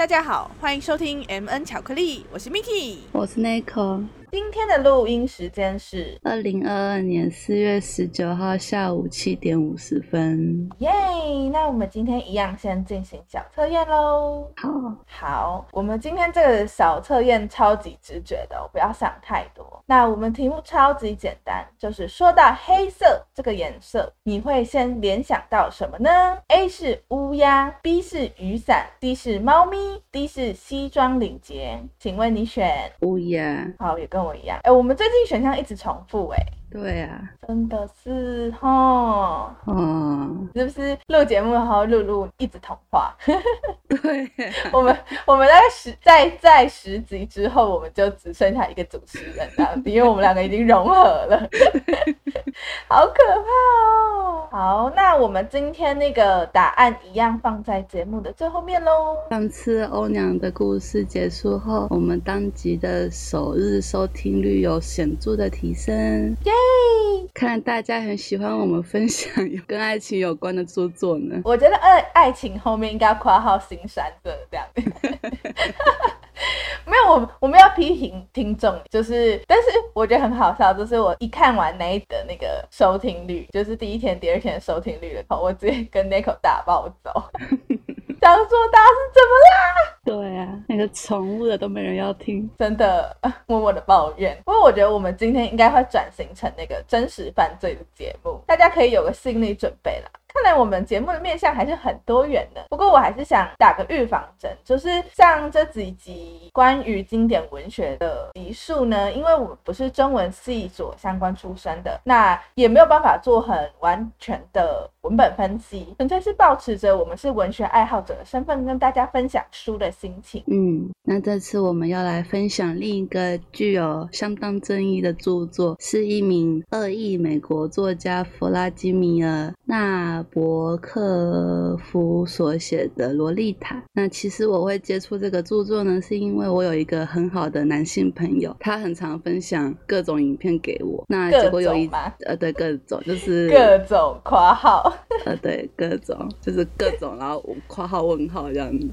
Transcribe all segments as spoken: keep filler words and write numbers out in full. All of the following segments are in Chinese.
家好，欢迎收听 M N 巧克力，我是 Miki， 我是 Nico。 今天的录音时间是二零二二年四月十九号下午七点五十分。 耶！那我们今天一样先进行小测验咯。 好， 好，我们今天这个小测验超级直觉的、哦，不要想太多。那我们题目超级简单，就是说到黑色这个颜色，你会先联想到什么呢？ A 是乌鸦， B 是雨伞， C 是猫咪， D 是西装领结。请问你选乌鸦。 好，也跟我一样。哎，我们最近选项一直重复哎。 对啊， 真的是齁， 哦， 是不是录节目然后录录一直同话？ 对、啊， 我们我们大概十在在十集之后，我们就只剩下一个主持人这样子，因为我们两个已经融合了，好可怕哦！好，那我们今天那个答案一样放在节目的最后面咯。 上次欧娘的故事结束后，我们当集的首日收听率有显著的提升， 耶！ 看来大家很喜欢我们分享跟爱情有关的著作呢。 我觉得爱爱情后面应该要括号新山色这样没有，我我们要批评听众，就是但是我觉得很好笑，就是我一看完那一的那个收听率，就是第一天第二天的收听率的时候，我直接跟 Nico 大暴走想说大家是怎么啦？ 对啊，那个宠物的都没人要听， 真的默默的抱怨。不过我觉得我们今天应该会转型成那个真实犯罪的节目，大家可以有个心理准备啦。看来我们节目的面向还是很多元的，不过我还是想打个预防针，就是像这几集关于经典文学的集数呢，因为我们不是中文系所相关出身的，那也没有办法做很完全的文本分析，纯粹是抱持着我们是文学爱好者的身份跟大家分享书的心情。 嗯，那这次我们要来分享另一个具有相当争议的著作，是一名恶意美国作家弗拉基米尔纳博克夫所写的《洛丽塔》。那其实我会接触这个著作呢，是因为我有一个很好的男性朋友，他很常分享各种影片给我。那结果有一呃对各种就是各种括号呃对各种就是各种，然后括号问号这样子。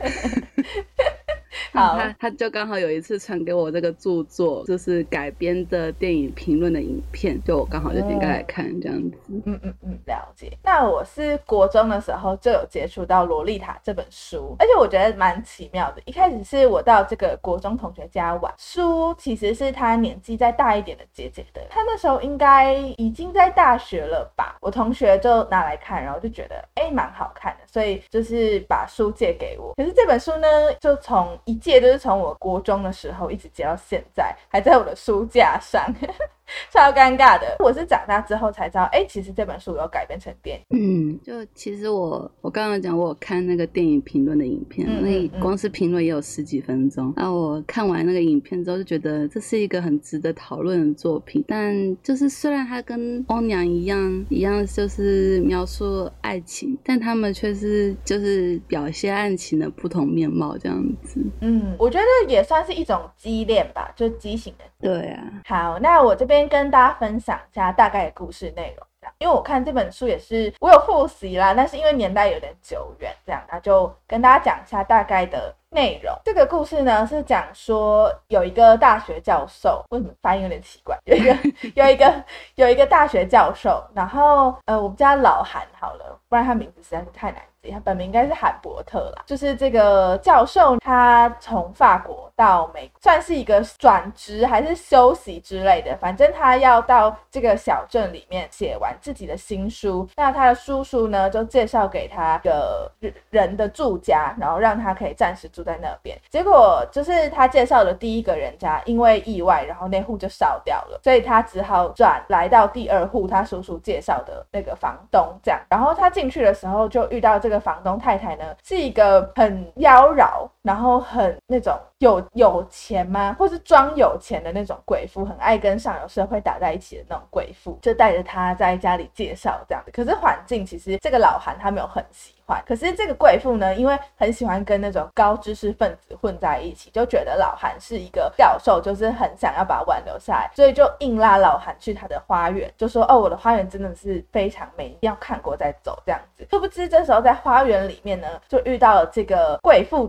好，他他就刚好有一次传给我这个著作，就是改编的电影评论的影片，就我刚好就点开来看这样子。 嗯嗯嗯，了解。那我是国中的时候就有接触到《洛丽塔》这本书，而且我觉得蛮奇妙的。一开始是我到这个国中同学家玩，书其实是他年纪再大一点的姐姐的，他那时候应该已经在大学了吧。我同学就拿来看，然后就觉得哎蛮好看的，所以就是把书借给我。可是这本书呢，就从一借就是从我国中的时候一直借到现在，还在我的书架上超尴尬的。我是长大之后才知道，哎，其实这本书有改编成电影。 嗯，就其实我我刚刚讲我有看那个电影评论的影片，嗯嗯嗯，那光是评论也有十几分钟。然后我看完那个影片之后就觉得这是一个很值得讨论的作品，但就是虽然它跟欧娘一样一样就是描述爱情，但他们却是就是表现爱情的不同面貌这样子。 嗯，我觉得也算是一种畸恋吧，就畸形的。 对啊。 好，那我这边跟大家分享一下大概的故事内容。因为我看这本书也是我有复习啦，但是因为年代有点久远，这样那就跟大家讲一下大概的内容。这个故事呢是讲说有一个大学教授，为什么发音有点奇怪？有一个有一个有一个大学教授，然后呃我们叫他老韩好了，不然他名字实在是太难记，他本名应该是韩伯特啦。就是这个教授他从法国到美国，算是一个转职还是休息之类的，反正他要到这个小镇里面写完自己的新书。那他的叔叔呢就介绍给他一个人的住家，然后让他可以暂时住在那边。结果就是他介绍的第一个人家因为意外，然后那户就烧掉了，所以他只好转来到第二户他叔叔介绍的那个房东这样。然后他进去的时候就遇到这个房东太太呢，是一个很妖娆，然后很那种有有钱吗，或是装有钱的那种贵妇，很爱跟上流社会打在一起的那种贵妇，就带着他在家里介绍这样子。可是环境其实这个老韩他没有很喜欢，可是这个贵妇呢，因为很喜欢跟那种高知识分子混在一起，就觉得老韩是一个教授，就是很想要把他挽留下来，所以就硬拉老韩去他的花园，就说哦，我的花园真的是非常美，一定要看过再走这样子。殊不知这时候在花园里面呢，就遇到了这个贵妇的女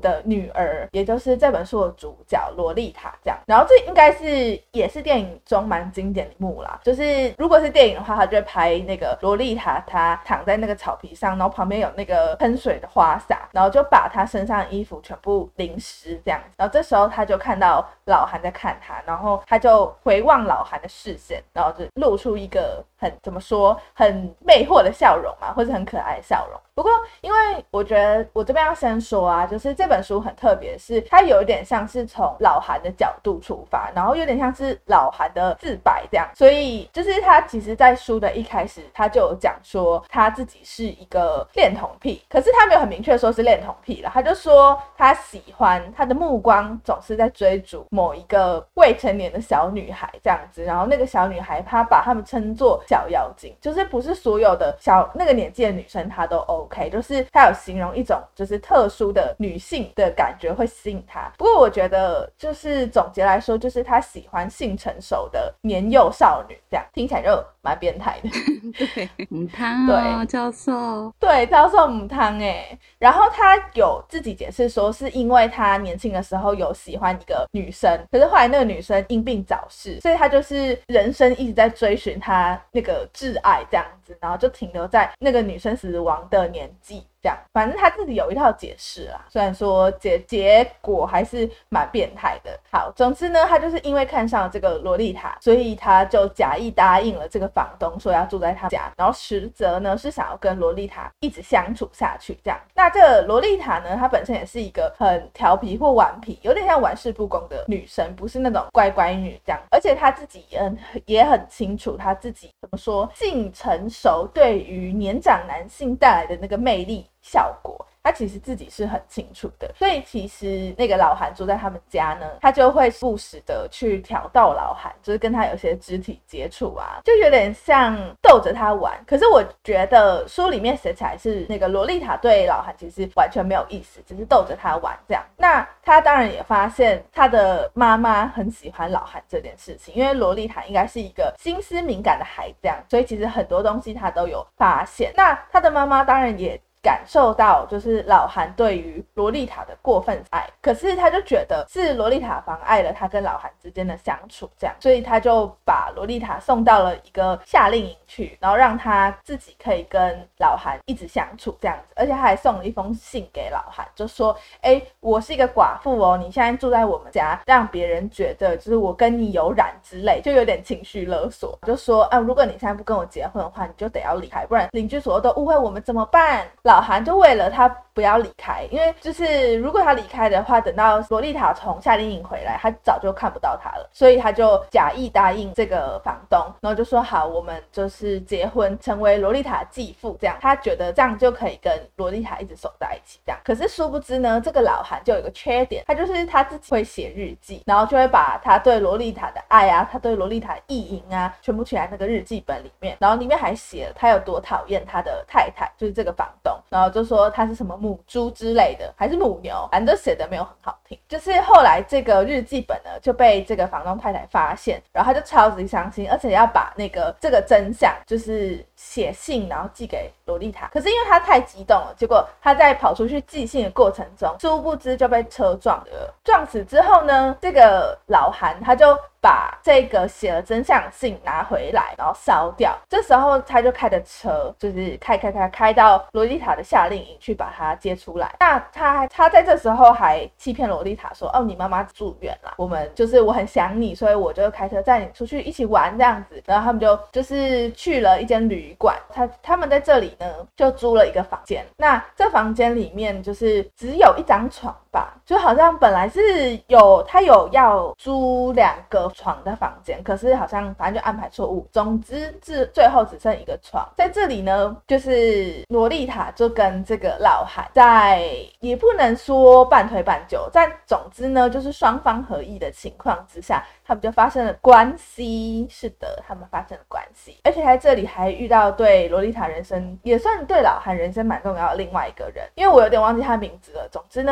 女儿，也就是这本书的主角萝莉塔这样。然后这应该是也是电影中蛮经典的一幕啦，就是如果是电影的话，他就会拍那个萝莉塔她躺在那个草皮上，然后旁边有那个喷水的花洒，然后就把她身上的衣服全部淋湿这样。然后这时候他就看到老韩在看他，然后他就回望老韩的视线，然后就露出一个很怎么说很魅惑的笑容嘛，或者很可爱的笑容。不过因为我觉得我这边要先说啊，就是这本书很特别，是它有一点像是从老韩的角度出发，然后有点像是老韩的自白这样，所以就是他其实在书的一开始他就有讲说他自己是一个恋童癖，可是他没有很明确说是恋童癖啦，他就说他喜欢他的目光总是在追逐某一个未成年的小女孩这样子，然后那个小女孩他把他们称作小妖精，就是不是所有的小那个年纪的女生她都 OK， 就是他有形容一种就是特殊的女性的感觉会吸引他。不过我觉得就是总结来说，就是他喜欢性成熟的年幼少女，这样听起来就蛮变态的。 对，母汤哦，教授， 对，教授母汤哎。然后他有自己解释说，是因为他年轻的时候有喜欢一个女生，可是后来那个女生因病早逝，所以他就是人生一直在追寻他那个挚爱这样子，然后就停留在那个女生死亡的年纪。这样，反正他自己有一套解释啦，虽然说结结果还是蛮变态的。好，总之呢，他就是因为看上了这个萝莉塔，所以他就假意答应了这个房东，说要住在他家，然后实则呢是想要跟萝莉塔一直相处下去这样。那这个萝莉塔呢，她本身也是一个很调皮或顽皮，有点像玩世不恭的女生，不是那种乖乖女这样。而且她自己也很也很清楚她自己怎么说，性成熟对于年长男性带来的那个魅力效果，他其实自己是很清楚的，所以其实那个老韩住在他们家呢，他就会不时的去挑逗老韩，就是跟他有些肢体接触啊，就有点像逗着他玩。可是我觉得书里面写起来是那个萝莉塔对老韩其实完全没有意思，只是逗着他玩这样。那他当然也发现他的妈妈很喜欢老韩这件事情，因为萝莉塔应该是一个心思敏感的孩子这样，所以其实很多东西他都有发现。那他的妈妈当然也感受到就是老韩对于萝莉塔的过分爱，可是他就觉得是萝莉塔妨碍了他跟老韩之间的相处这样，所以他就把萝莉塔送到了一个夏令营去，然后让他自己可以跟老韩一直相处这样子。而且他还送了一封信给老韩，就说哎，我是一个寡妇哦，你现在住在我们家，让别人觉得就是我跟你有染之类，就有点情绪勒索，就说啊，如果你现在不跟我结婚的话，你就得要离开，不然邻居所有都误会我们怎么办？老韩就为了他不要离开，因为就是如果他离开的话，等到萝莉塔从夏令营回来，他早就看不到他了，所以他就假意答应这个房东，然后就说好，我们就是结婚，成为萝莉塔继父这样。他觉得这样就可以跟萝莉塔一直守在一起这样。可是殊不知呢，这个老韩就有一个缺点，他就是他自己会写日记，然后就会把他对萝莉塔的爱啊，他对萝莉塔的意淫啊，全部写在那个日记本里面，然后里面还写了他有多讨厌他的太太，就是这个房东，然后就说他是什么母猪之类的，还是母牛，反正就写的没有很好听。就是后来这个日记本呢就被这个房东太太发现，然后他就超级伤心，而且要把那个这个真相就是写信然后寄给萝莉塔。可是因为他太激动了，结果他在跑出去寄信的过程中，殊不知就被车撞了。撞死之后呢，这个老韩他就把这个写了真相的信拿回来，然后烧掉。这时候他就开着车，就是开开开开到萝莉塔的夏令营去把他接出来。那他他在这时候还欺骗萝莉塔说，哦，你妈妈住院啦，我们就是我很想你，所以我就开车载你出去一起玩这样子。然后他们就就是去了一间旅馆，他他们在这里呢就租了一个房间。那这房间里面就是只有一张床吧，就好像本来是有他有要租两个床的房间，可是好像反正就安排错误，总之至最后只剩一个床。在这里呢，就是萝莉塔就跟这个老韩在也不能说半推半就，但总之呢就是双方合意的情况之下，他们就发生了关系。是的，他们发生了关系，而且在这里还遇到对萝莉塔人生也算对老韩人生蛮重要的另外一个人，因为我有点忘记他的名字了。总之呢，他就是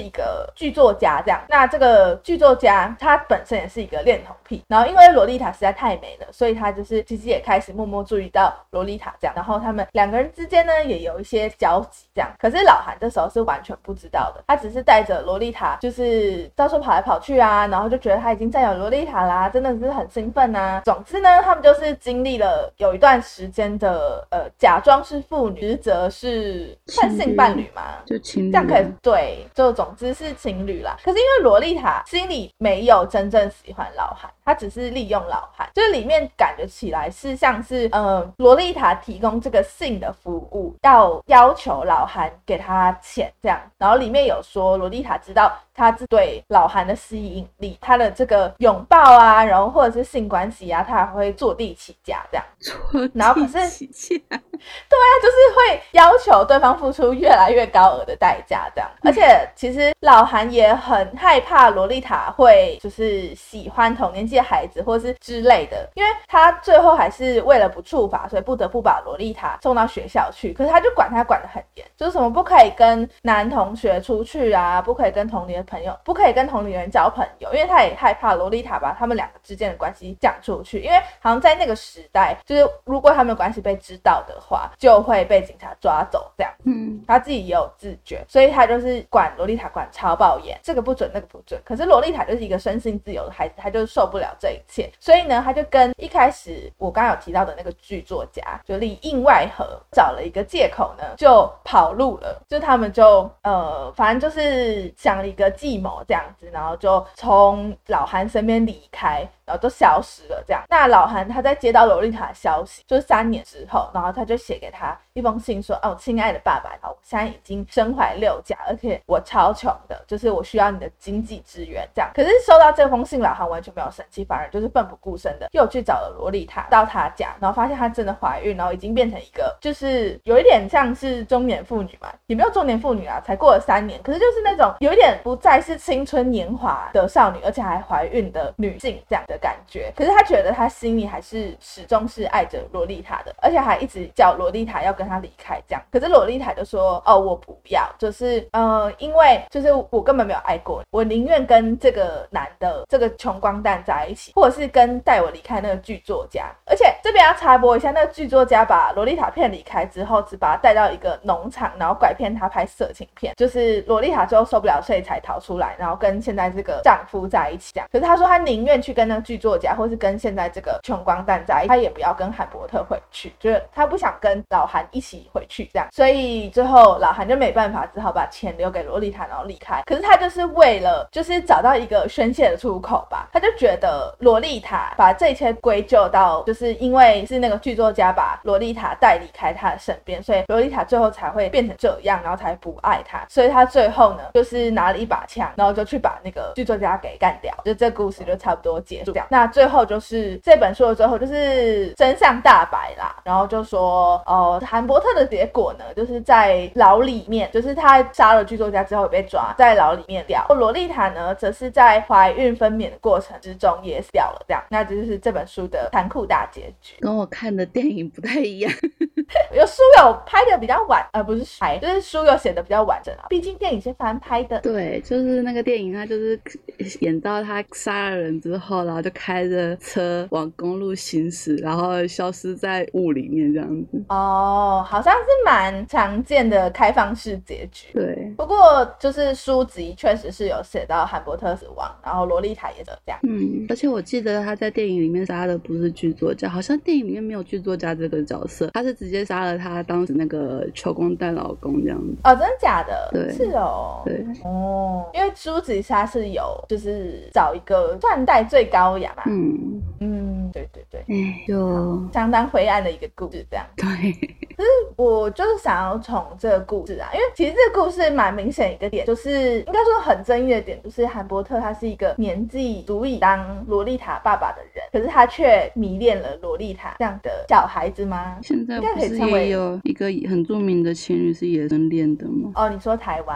一个剧作家这样。那这个剧作家他本身也是一个恋童癖，然后因为萝莉塔实在太美了，所以他就是其实也开始默默注意到萝莉塔这样，然后他们两个人之间呢也有一些交集这样。可是老韩这时候是完全不知道的，他只是带着萝莉塔就是到处跑来跑去啊，然后就觉得他已经占有萝莉塔啦，真的是很兴奋啊。总之呢，他们就是经历了有一段时间的呃假装是父女，实则是算性伴侣嘛， 就情侣， 这样可以，对，就总之是情侣啦。可是因为萝莉塔心里没有真正喜欢老韩，他只是利用老韩，就是里面感觉起来是像是呃萝莉塔提供这个性的服务，要要求老韩给他钱这样。然后里面有说萝莉塔知道他对老韩的吸引力，他的这个拥抱啊，然后或者是性关系啊，他还会坐地起价这样。然后可是对啊，就是会要求对方付出越来越高额的代价这样。而且其实老韩也很害怕萝莉塔会就是喜欢同年纪的孩子或是之类的，因为他最后还是为了不触法，所以不得不把萝莉塔送到学校去。可是他就管他管得很严，就是什么不可以跟男同学出去啊，不可以跟同龄的朋友，不可以跟同龄人交朋友，因为他也害怕萝莉塔把他们两个之间的关系讲出去，因为好像在那个时代，就是如果他们的关系被知道的话，就会被警察抓走这样。嗯，他自己也有自觉，所以他就是管萝莉塔管超爆严，这个不准那个不准。可是萝莉塔就是一个生性自由的孩子，他就受不了这一切，所以呢，他就跟一开始我刚刚有提到的那个剧作家就里应外合，找了一个借口呢，就跑路了。就他们就呃，反正就是想了一个计谋这样子，然后就从老韩身边离开，然后就消失了这样。那老韩他在接到萝莉塔的消息，就是三年之后，然后他就写给他一封信说，哦，亲爱的爸爸，我现在已经身怀六甲，而且我超穷的，就是我需要你的经济支援这样。可是收到这封信，老韩完全没有生气，反而就是奋不顾身的又去找了萝莉塔到他家，然后发现她真的怀孕，然后已经变成一个就是有一点像是中年妇女嘛，也没有中年妇女啊，才过了三年，可是就是那种有一点不再是青春年华的少女，而且还怀孕的女性这样的感觉。可是他觉得他心里还是始终是爱着萝莉塔的，而且还一直叫萝莉塔要跟他离开这样。可是萝莉塔就说，哦，我不要，就是呃，因为就是我根本没有爱过你，我宁愿跟这个男的这个穷光蛋在一起，或者是跟带我离开那个剧作家。而且这边要插播一下，那个剧作家把萝莉塔骗离开之后，只把他带到一个农场，然后拐骗他拍色情片，就是萝莉塔最后受不了，所以才逃出来，然后跟现在这个丈夫在一起这样。可是他说他宁愿去跟那个剧作家，或是跟现在这个穷光蛋在一起，他也不要跟韩伯特回去，就是他不想跟老韩一起回去这样。所以最后老韩就没办法，只好把钱留给萝莉塔，然后离开。可是他就是为了就是找到一个宣泄的出口吧，他就觉得萝莉塔把这一切归咎到就是因为是那个剧作家把萝莉塔带离开他的身边，所以萝莉塔最后才会变成这样，然后才不爱他。所以他最后呢就是拿了一把枪，然后就去把那个剧作家给干掉，就这故事就差不多结束这样。那最后就是这本书的最后就是真相大白啦，然后就说哦，韩伯特的结果呢就是在牢里面，就是他杀了剧作家之后也被抓，在牢里面掉。萝莉塔呢则是在怀孕分娩的过程之中也死掉了这样。那这就是这本书的残酷大结局， 跟我看的电影不太一样。 有书有拍的比较晚，呃，不是拍，就是书有写的比较完整啊。毕竟电影是翻拍的。 对，就是那个电影，他就是演到他杀了人之后，然后就开着车往公路行驶，然后消失在雾里面这样子。 哦，好像是蛮常见的开放式结局。 对， 不过就是书籍确实是有写到韩伯特死亡，然后萝莉塔也这样。 嗯，而且我记得他在电影里面杀的不是剧作家，好像电影里面没有剧作家这个角色，他是直接杀了他当时那个穷光蛋老公这样子。 哦，真的假的？ 对， 是哦。 对， 哦，因为书籍他是有就是找一个算代罪羔羊嘛。嗯嗯，对对对， 哎，就相当灰暗的一个故事这样。 对。 可是我就是想要从这个故事啊，因为其实这个故事蛮明显一个点，就是应该说很争议的点，就是韩伯特他是一个年纪足以当萝莉塔爸爸的人，可是他却迷恋了萝莉塔这样的小孩子吗？ 现在不是也有一个很著名的情侣是野生恋的吗？ 哦，你说台湾吗？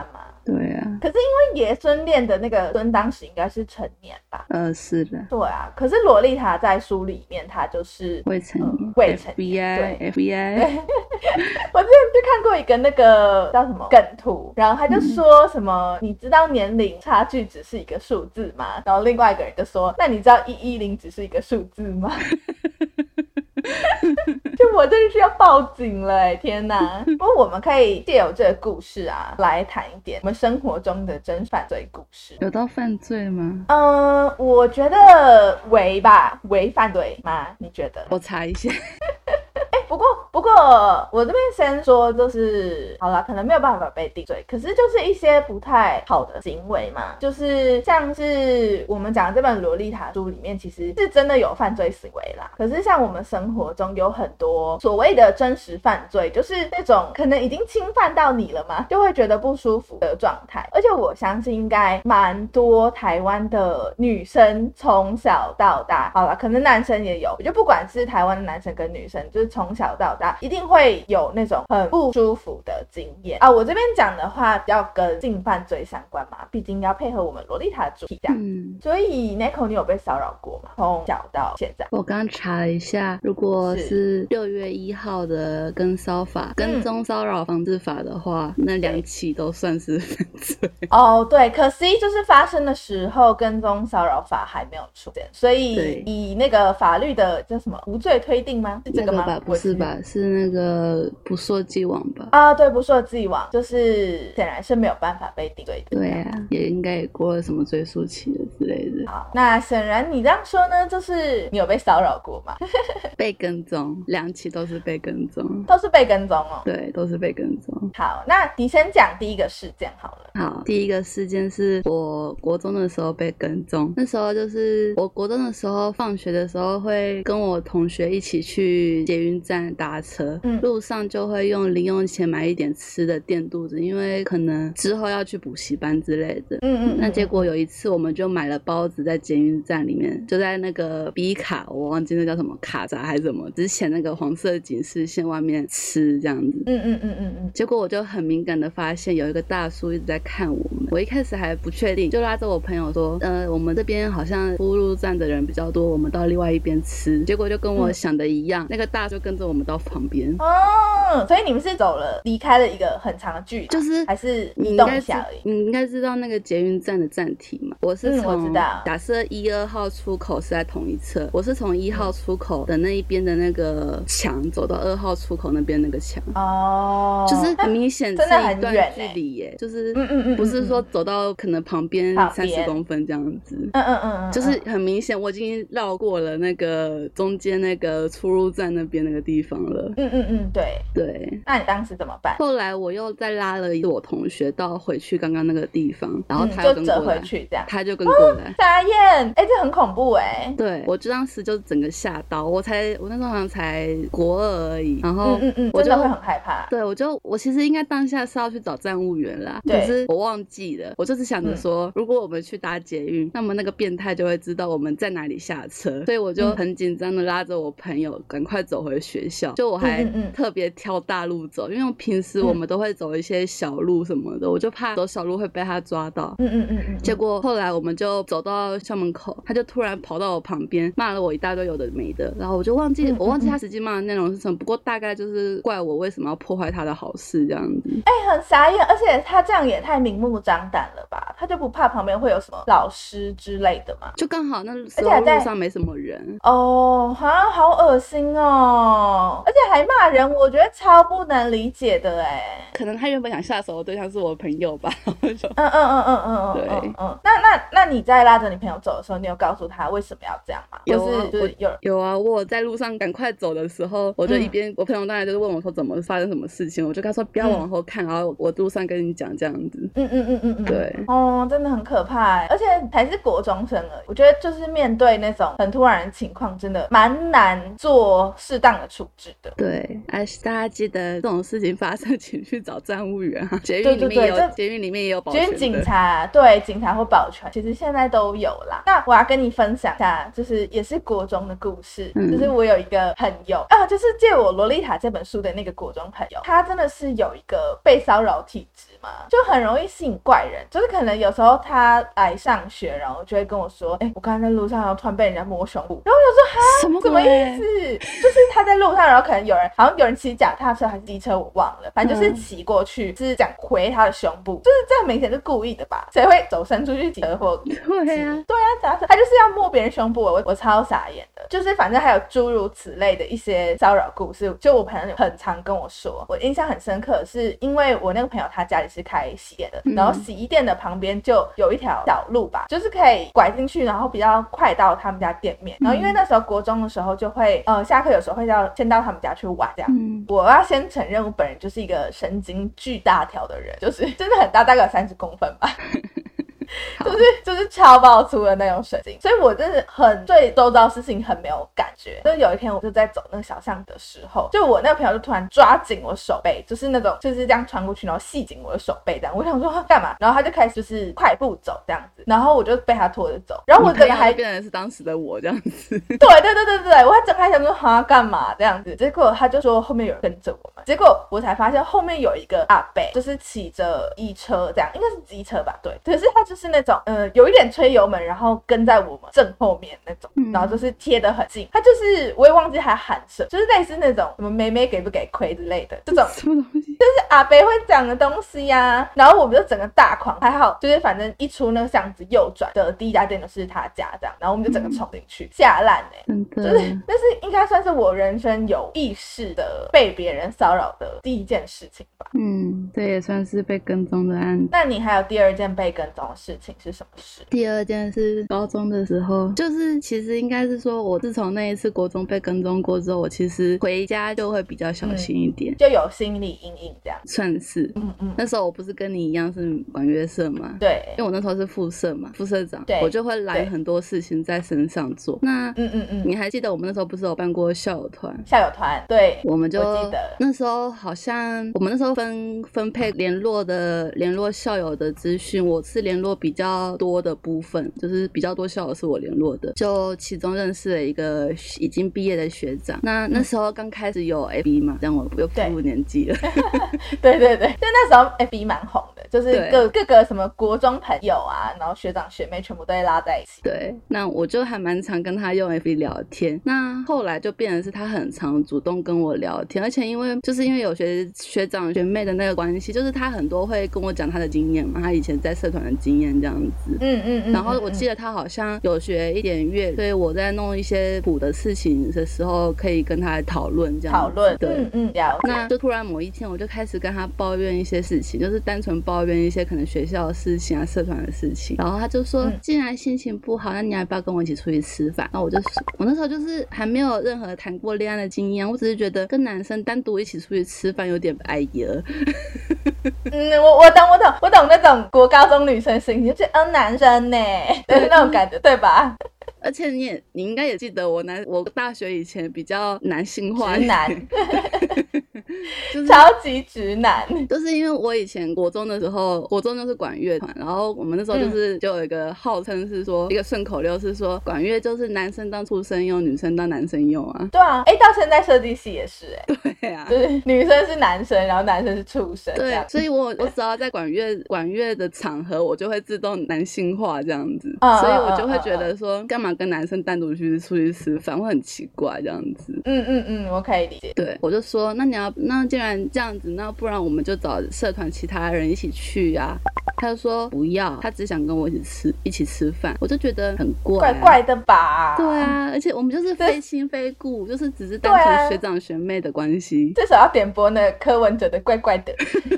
对啊， 可是因为爷孙恋的那个孙当时应该是成年吧？ 呃，是的。 对啊，可是洛丽塔在书里面她就是未成年， 呃、未成年 F B I 对 F B I 我之前就看过一个那个叫什么梗图，然后他就说什么、嗯、你知道年龄差距只是一个数字吗？然后另外一个人就说那你知道一一零只是一个数字吗？就我真的是要报警了哎、欸！天哪！不过我们可以借由这个故事啊，来谈一点我们生活中的真犯罪故事。 有到犯罪吗？ 嗯，我觉得为吧，为犯罪吗？你觉得？ 我查一下。 哎、不过不过我这边先说，就是好啦，可能没有办法被定罪，可是就是一些不太好的行为嘛，就是像是我们讲的这本洛丽塔书里面，其实是真的有犯罪行为啦。可是像我们生活中有很多所谓的真实犯罪，就是那种可能已经侵犯到你了嘛，就会觉得不舒服的状态。而且我相信应该蛮多台湾的女生从小到大，好啦，可能男生也有，就不管是台湾的男生跟女生，就是从小到大一定会有那种很不舒服的经验啊。我这边讲的话要跟性犯罪相关嘛，毕竟要配合我们洛丽塔的主题这样、嗯、所以 Neko 你有被骚扰过吗？从小到现在？ 我刚查了一下，如果是六月一号的跟骚法、跟踪骚扰防治法的话、嗯、那两起都算是犯罪。 哦，对，可惜就是发生的时候跟踪骚扰法还没有出现，所以以那个法律的叫什么无罪推定吗？是这个吗？ 那个吧，不是吧？是那个不溯既往吧？ 啊，对，不溯既往，就是显然是没有办法被定罪的。 对啊，也应该也过了什么追诉期了之类的。 好，那显然你这样说呢，就是你有被骚扰过吗？ 被跟踪，两起都是被跟踪， 都是被跟踪哦。 对，都是被跟踪。 好，那你先讲第一个事件好了。 好，第一个事件是我国中的时候被跟踪，那时候就是我国中的时候，放学的时候会跟我同学一起去捷运站搭车，嗯，路上就会用零用钱买一点吃的垫肚子，因为可能之后要去补习班之类的。嗯 嗯, 嗯，那结果有一次我们就买了包子在捷运站里面，就在那个 B 卡，我忘记那叫什么卡闸还是什么，之前那个黄色警示线外面吃这样子。嗯嗯嗯嗯嗯。结果我就很敏感的发现有一个大叔一直在看我们，我一开始还不确定，就拉着我朋友说，呃，我们这边好像出入站的人比较多，我们到另外一边吃。结果就跟我想的一样，嗯、那个大叔就跟着我们到旁边。 哦，所以你们是走了离开了一个很长的距离， 就是还是移动一下而已？ 你应该知道那个捷运站的站体嘛？我是从、 嗯、我知道， 假设一二号出口是在同一侧，我是从一号出口的那一边的那个墙走到二号出口那边那个墙。哦，就是很明显是一段距离耶，欸、就是嗯嗯嗯，不是说走到可能旁边三十公分这样子。嗯嗯嗯嗯，就是很明显我已经绕过了那个中间那个出入站那边那个地方了。嗯嗯嗯，对对。 那你当时怎么办？ 后来我又再拉了一个我同学到回去刚刚那个地方，然后他又跟过来，嗯、 就折回去这样， 他就跟过来。 傻眼，哎、欸，这很恐怖哎、欸。 对，我就当时就整个吓到，我才我那时候好像才国二而已，然后嗯嗯嗯， 我就真的会很害怕。 对，我就我其实应该当下是要去找站务员啦，可是我忘记了，我就是想着说，嗯、如果我们去搭捷运，那么那个变态就会知道我们在哪里下车，所以我就很紧张的拉着我朋友赶快走回学校，就我还特别挑大路走，因为平时我们都会走一些小路什么的，我就怕走小路会被他抓到。嗯嗯嗯嗯。结果后来我们就走到校门口，他就突然跑到我旁边骂了我一大堆有的没的，然后我就忘记我忘记他实际骂的内容是什么，不过大概就是怪我为什么要破坏他的好事这样子。 哎、欸，很傻眼，而且他这样也太明目张胆了吧？他就不怕旁边会有什么老师之类的吗？ 就刚好那时候路上没什么人。 哦，好像好恶心哦，而且还骂人，我觉得超不能理解的哎。 可能他原本想下手的对象是我朋友吧。 嗯嗯嗯嗯嗯嗯，对，嗯嗯。那那那你在拉着你朋友走的时候，你有告诉他为什么要这样吗？ 有啊， 就是就是有有啊，我在路上赶快走的时候，我就一边、嗯、我朋友当然就是问我说怎么发生什么事情，我就跟他说不要往后看，嗯、然后我路上跟你讲这样子。嗯嗯嗯嗯嗯，对。 哦，真的很可怕，而且还是国中生而已。我觉得就是面对那种很突然的情况，真的蛮难做适当的处置的。 对，哎，大家记得这种事情发生，请去找站务员啊。捷运里面也有，捷运里面也有保全的。 捷运警察，对，警察或保全，其实现在都有啦。那我要跟你分享一下，就是也是国中的故事，嗯、就是我有一个朋友啊，就是借我《洛丽塔》这本书的那个国中朋友，他真的是有一个被骚扰体质嘛。 吗？就很容易吸引怪人，就是可能有时候他来上学，然后就会跟我说，哎、欸，我刚才在路上然后突然被人家摸胸部，然后我就说哈， 什么什么意思？就是他在路上，然后可能有人好像有人骑脚踏车还是机车，我忘了，反正就是骑过去，嗯、是这样回他的胸部，就是这样明显是故意的吧？谁会走伸出去骑车或对啊， 对啊，假设他就是要摸别人胸部，我我超傻眼的。就是反正还有诸如此类的一些骚扰故事，就我朋友很常跟我说，我印象很深刻的是，因为我那个朋友他家里是开洗衣店的，然后洗衣店的旁边就有一条小路吧，就是可以拐进去，然后比较快到他们家店面。然后因为那时候国中的时候就会呃下课有时候会要先到他们家去玩这样。嗯、我要先承认我本人就是一个神经巨大条的人，就是真的很大，大概有三十公分吧。就是就是超爆粗的那种神经，所以我真的很对周遭事情很没有感觉。就是有一天我就在走那个小巷的时候，就我那个朋友就突然抓紧我手背，就是那种就是这样穿过去，然后系紧我的手背这样。我想说干嘛？然后他就开始就是快步走这样子，然后我就被他拖着走，然后我整个还变成是当时的我这样子。 对对对对对，我还整个还想说哈干嘛这样子，结果他就说后面有人跟着我们，结果我才发现后面有一个阿伯，就是骑着衣车这样，应该是机车吧？对，可是他就是那种呃有一点吹油门，然后跟在我们正后面那种，然后就是贴得很近。他就是我也忘记他喊什么，就是类似那种什么妹妹给不给亏之类的这种什么东西， 就是阿伯会讲的东西呀、啊。然后我们就整个大狂，还好就是反正一出那个巷子右转的第一家店就是他家这样，然后我们就整个冲进去，吓烂哎，就是那是应该算是我人生有意识的被别人骚扰的第一件事情吧。 嗯，这也算是被跟踪的案子。 那你还有第二件被跟踪的事情是什么事？ 第二件是高中的时候，就是其实应该是说我自从那一次国中被跟踪过之后，我其实回家就会比较小心一点、 嗯、就有心理阴影这样。 算是嗯嗯。那时候我不是跟你一样是管乐社嘛， 对， 因为我那时候是副社嘛，副社长， 对， 我就会来很多事情在身上做。那嗯嗯嗯，你还记得我们那时候不是有办过校友团？ 校友团，对， 我们就我记得那时候好像我们那时候分分配联络的联络校友的资讯，我是联络比较多的部分，就是比较多校友是我联络的，就其中认识了一个已经毕业的学长。那那时候刚开始有 F B 嘛，这样我又步入年纪了。 对对对，就那时候 F B 蛮红的，就是各各个什么国中朋友啊，然后学长学妹全部都会拉在一起。 对，那我就还蛮常跟他用 F B 聊天。那后来就变成是他很常主动跟我聊天，而且因为就是因为有学学长学妹的那个关系，就是他很多会跟我讲他的经验嘛，他以前在社团的经验这样子。嗯嗯嗯。然后我记得他好像有学一点乐，所以我在弄一些谱的事情的时候，可以跟他讨论这样子。 讨论， 对， 嗯嗯，了解。 那就突然某一天，我就开始跟他抱怨一些事情，就是单纯抱怨一些可能学校的事情啊、社团的事情。然后他就说，嗯、既然心情不好，那你要不要跟我一起出去吃饭？那我就说，我那时候就是还没有任何谈过恋爱的经验，我只是觉得跟男生单独一起出去吃饭有点哎呀。 嗯，我我懂我懂我懂那种国高中女生心情，就是嗯男生呢，就是那种感觉，对吧？ 而且你也你应该也记得我男我大学以前比较男性化， 直男，就是超级直男。 就是因为我以前国中的时候，国中就是管乐团，然后我们那时候就是、嗯、就有一个号称是说一个顺口溜是说管乐就是男生当畜生用，女生当男生用啊。 对啊，哎，到现在设计系也是哎、 欸。对啊， 就是女生是男生，然后男生是畜生。 对，所以我我只要在管乐管乐的场合，我就会自动男性化这样子，嗯、所以我就会觉得说干嘛跟男生单独去出去吃饭会很奇怪这样子。 嗯嗯嗯，我可以理解。 对，我就说那你要那既然这样子，那不然我们就找社团其他人一起去啊。他就说不要，他只想跟我一起吃一起吃饭。我就觉得很怪、啊， 怪怪的吧？ 对啊，而且我们就是非亲非故，就是只是单纯学长学妹的关系。 至少要点播那个柯文哲的怪怪的。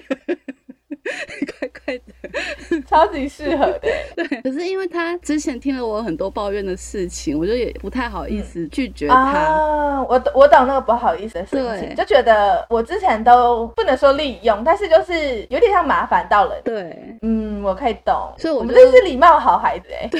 怪怪的， 超级适合的。 对，可是因为他之前听了我很多抱怨的事情，我就也不太好意思拒绝他。嗯、 啊，我我懂那个不好意思的事情，就觉得我之前都不能说利用，但是就是有点像麻烦到了。 对， 嗯，我可以懂。 所以我我们真是礼貌好孩子哎、欸。 对。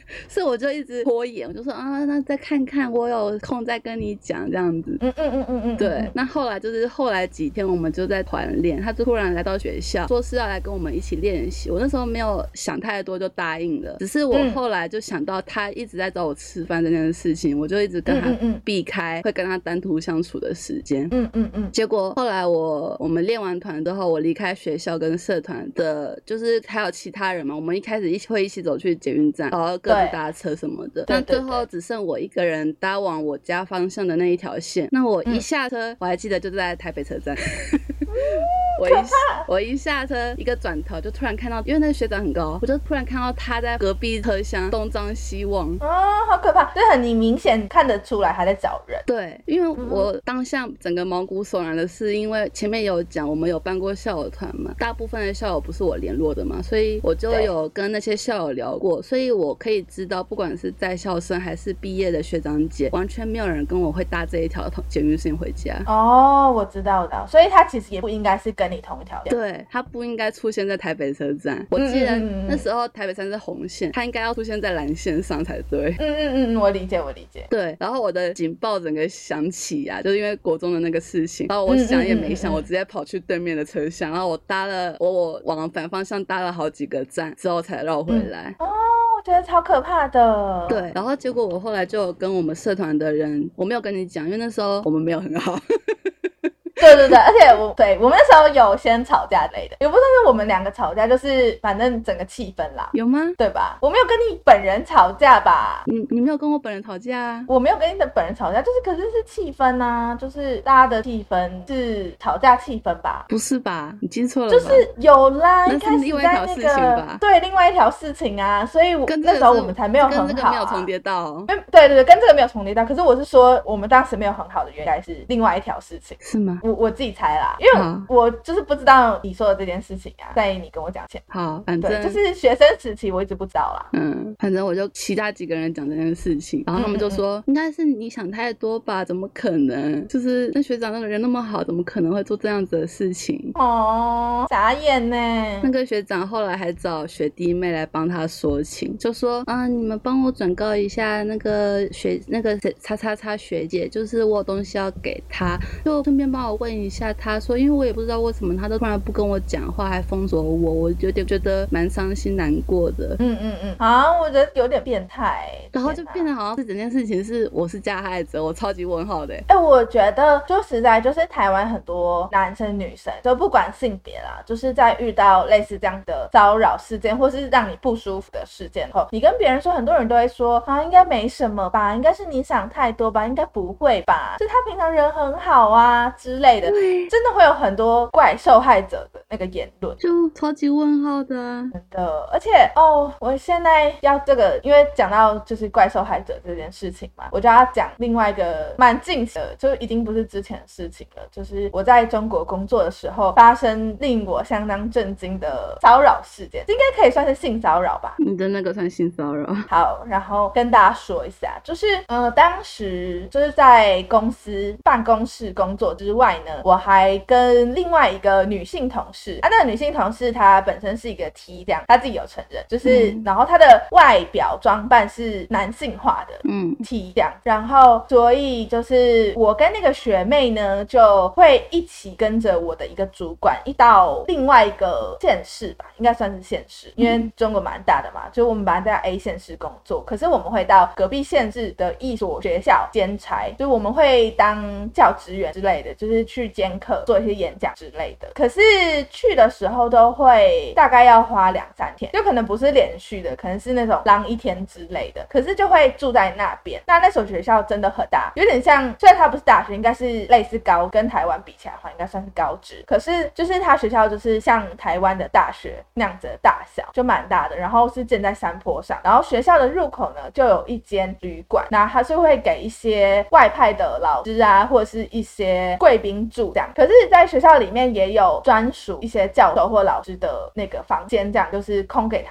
所以我就一直拖延，我就说啊，那再看看，我有空再跟你讲这样子。 嗯嗯嗯嗯嗯， 对。那后来就是后来几天我们就在团练，他就突然来到学校，说是要来跟我们一起练习。我那时候没有想太多就答应了，只是我后来就想到他一直在找我吃饭这件事情，我就一直跟他避开会跟他单独相处的时间。嗯嗯嗯。结果后来我我们练完团之后，我离开学校跟社团的，就是还有其他人嘛，我们一开始一起会一起走去捷运站，然后各自搭车什么的。那最后只剩我一个人搭往我家方向的那一条线。那我一下车，嗯、我还记得就在台北车站。我一我一下车，一个转头就突然看到，因为那个学长很高，我就突然看到他在隔壁车厢东张西望。 哦，好可怕！就是很你明显看得出来他在找人。 对，因为我当下整个毛骨悚然的是，因为前面有讲我们有办过校友团嘛，大部分的校友不是我联络的嘛，所以我就有跟那些校友聊过，所以我可以知道，不管是在校生还是毕业的学长姐，完全没有人跟我会搭这一条捷运线回家。 哦，我知道的，所以他其实也不应该是跟你同一条线。 对，他不应该出现在台北车站。我记得那时候台北车站是红线，他应该要出现在蓝线上才对。 嗯嗯嗯，我理解，我理解。 对，然后我的警报整个响起啊，就是因为国中的那个事情，然后我想也没想，我直接跑去对面的车厢，然后我搭了我我往反方向搭了好几个站之后才绕回来。 嗯、哦。我觉得超可怕的。 对，然后结果我后来就跟我们社团的人，我没有跟你讲，因为那时候我们没有很好。 对对对，而且我对我们那时候有先吵架类的，也不算是我们两个吵架，就是反正整个气氛啦。 有吗？ 对吧？我没有跟你本人吵架吧？ 你你没有跟我本人吵架啊？ 我没有跟你的本人吵架，就是可是是气氛啊，就是大家的气氛是吵架气氛吧？ 不是吧？你记错了吧？ 就是有啦， 那是另外一条事情吧？ 对，另外一条事情啊，所以我那时候我们才没有很好、啊， 跟这个没有重叠到、哦。 对对对，跟这个没有重叠到。可是我是说，我们当时没有很好的原因是另外一条事情， 是吗？ 我我自己猜啦。因为我就是不知道你说的这件事情啊，在你跟我讲前， 好，反正就是学生时期我一直不知道啦。 嗯，反正我就其他几个人讲这件事情，然后他们就说、嗯嗯嗯、应该是你想太多吧，怎么可能？就是那学长那个人那么好，怎么可能会做这样子的事情？ 哦，傻眼呢。 那个学长后来还找学弟妹来帮他说情，就说啊，你们帮我转告一下那个学那个叉叉叉学姐，就是我有东西要给他，就顺便帮我问一下他。说，因为我也不知道为什么他都突然不跟我讲话，还封锁我，我有点觉得蛮伤心难过的。 嗯嗯嗯，啊，我觉得有点变态， 然后就变得好像是整件事情是我是加害者，我超级问号的。 哎、欸，我觉得就实在就是台湾很多男生女生，就不管性别啦，就是在遇到类似这样的骚扰事件，或是让你不舒服的事件后，你跟别人说，很多人都会说啊，应该没什么吧，应该是你想太多吧，应该不会吧，是他平常人很好啊之类的，真的会有很多怪受害者的那个言论， 就超级问号的、啊， 真的。而且哦，我现在要这个，因为讲到就是怪受害者这件事情嘛，我就要讲另外一个蛮近的，就已经不是之前的事情了，就是我在中国工作的时候发生令我相当震惊的骚扰事件，应该可以算是性骚扰吧？ 你的那个算性骚扰？ 好，然后跟大家说一下，就是呃，当时就是在公司办公室工作之外呢，我还跟另外一个女性同事啊，那个女性同事她本身是一个 T 这样，她自己有承认，就是、嗯、然后她的外表装扮是男性化的，嗯 T 这样，然后所以就是我跟那个学妹呢就会一起跟着我的一个主管一到另外一个县市吧，应该算是县市，因为中国蛮大的嘛，就我们本来在 A 县市工作，可是我们会到隔壁县市的一所学校兼差，就是我们会当教职员之类的，就是去兼课做一些演讲之类的，可是去的时候都会大概要花两三天，就可能不是连续的，可能是那种浪一天之类的，可是就会住在那边。那那所学校真的很大，有点像，虽然它不是大学，应该是类似高，跟台湾比起来的话应该算是高职，可是就是它学校就是像台湾的大学那样子的大小，就蛮大的，然后是建在山坡上，然后学校的入口呢就有一间旅馆，那它是会给一些外派的老师啊或者是一些贵宾住这样，可是在学校里面也有专属一些教授或老师的那个房间，这样就是空给他们的。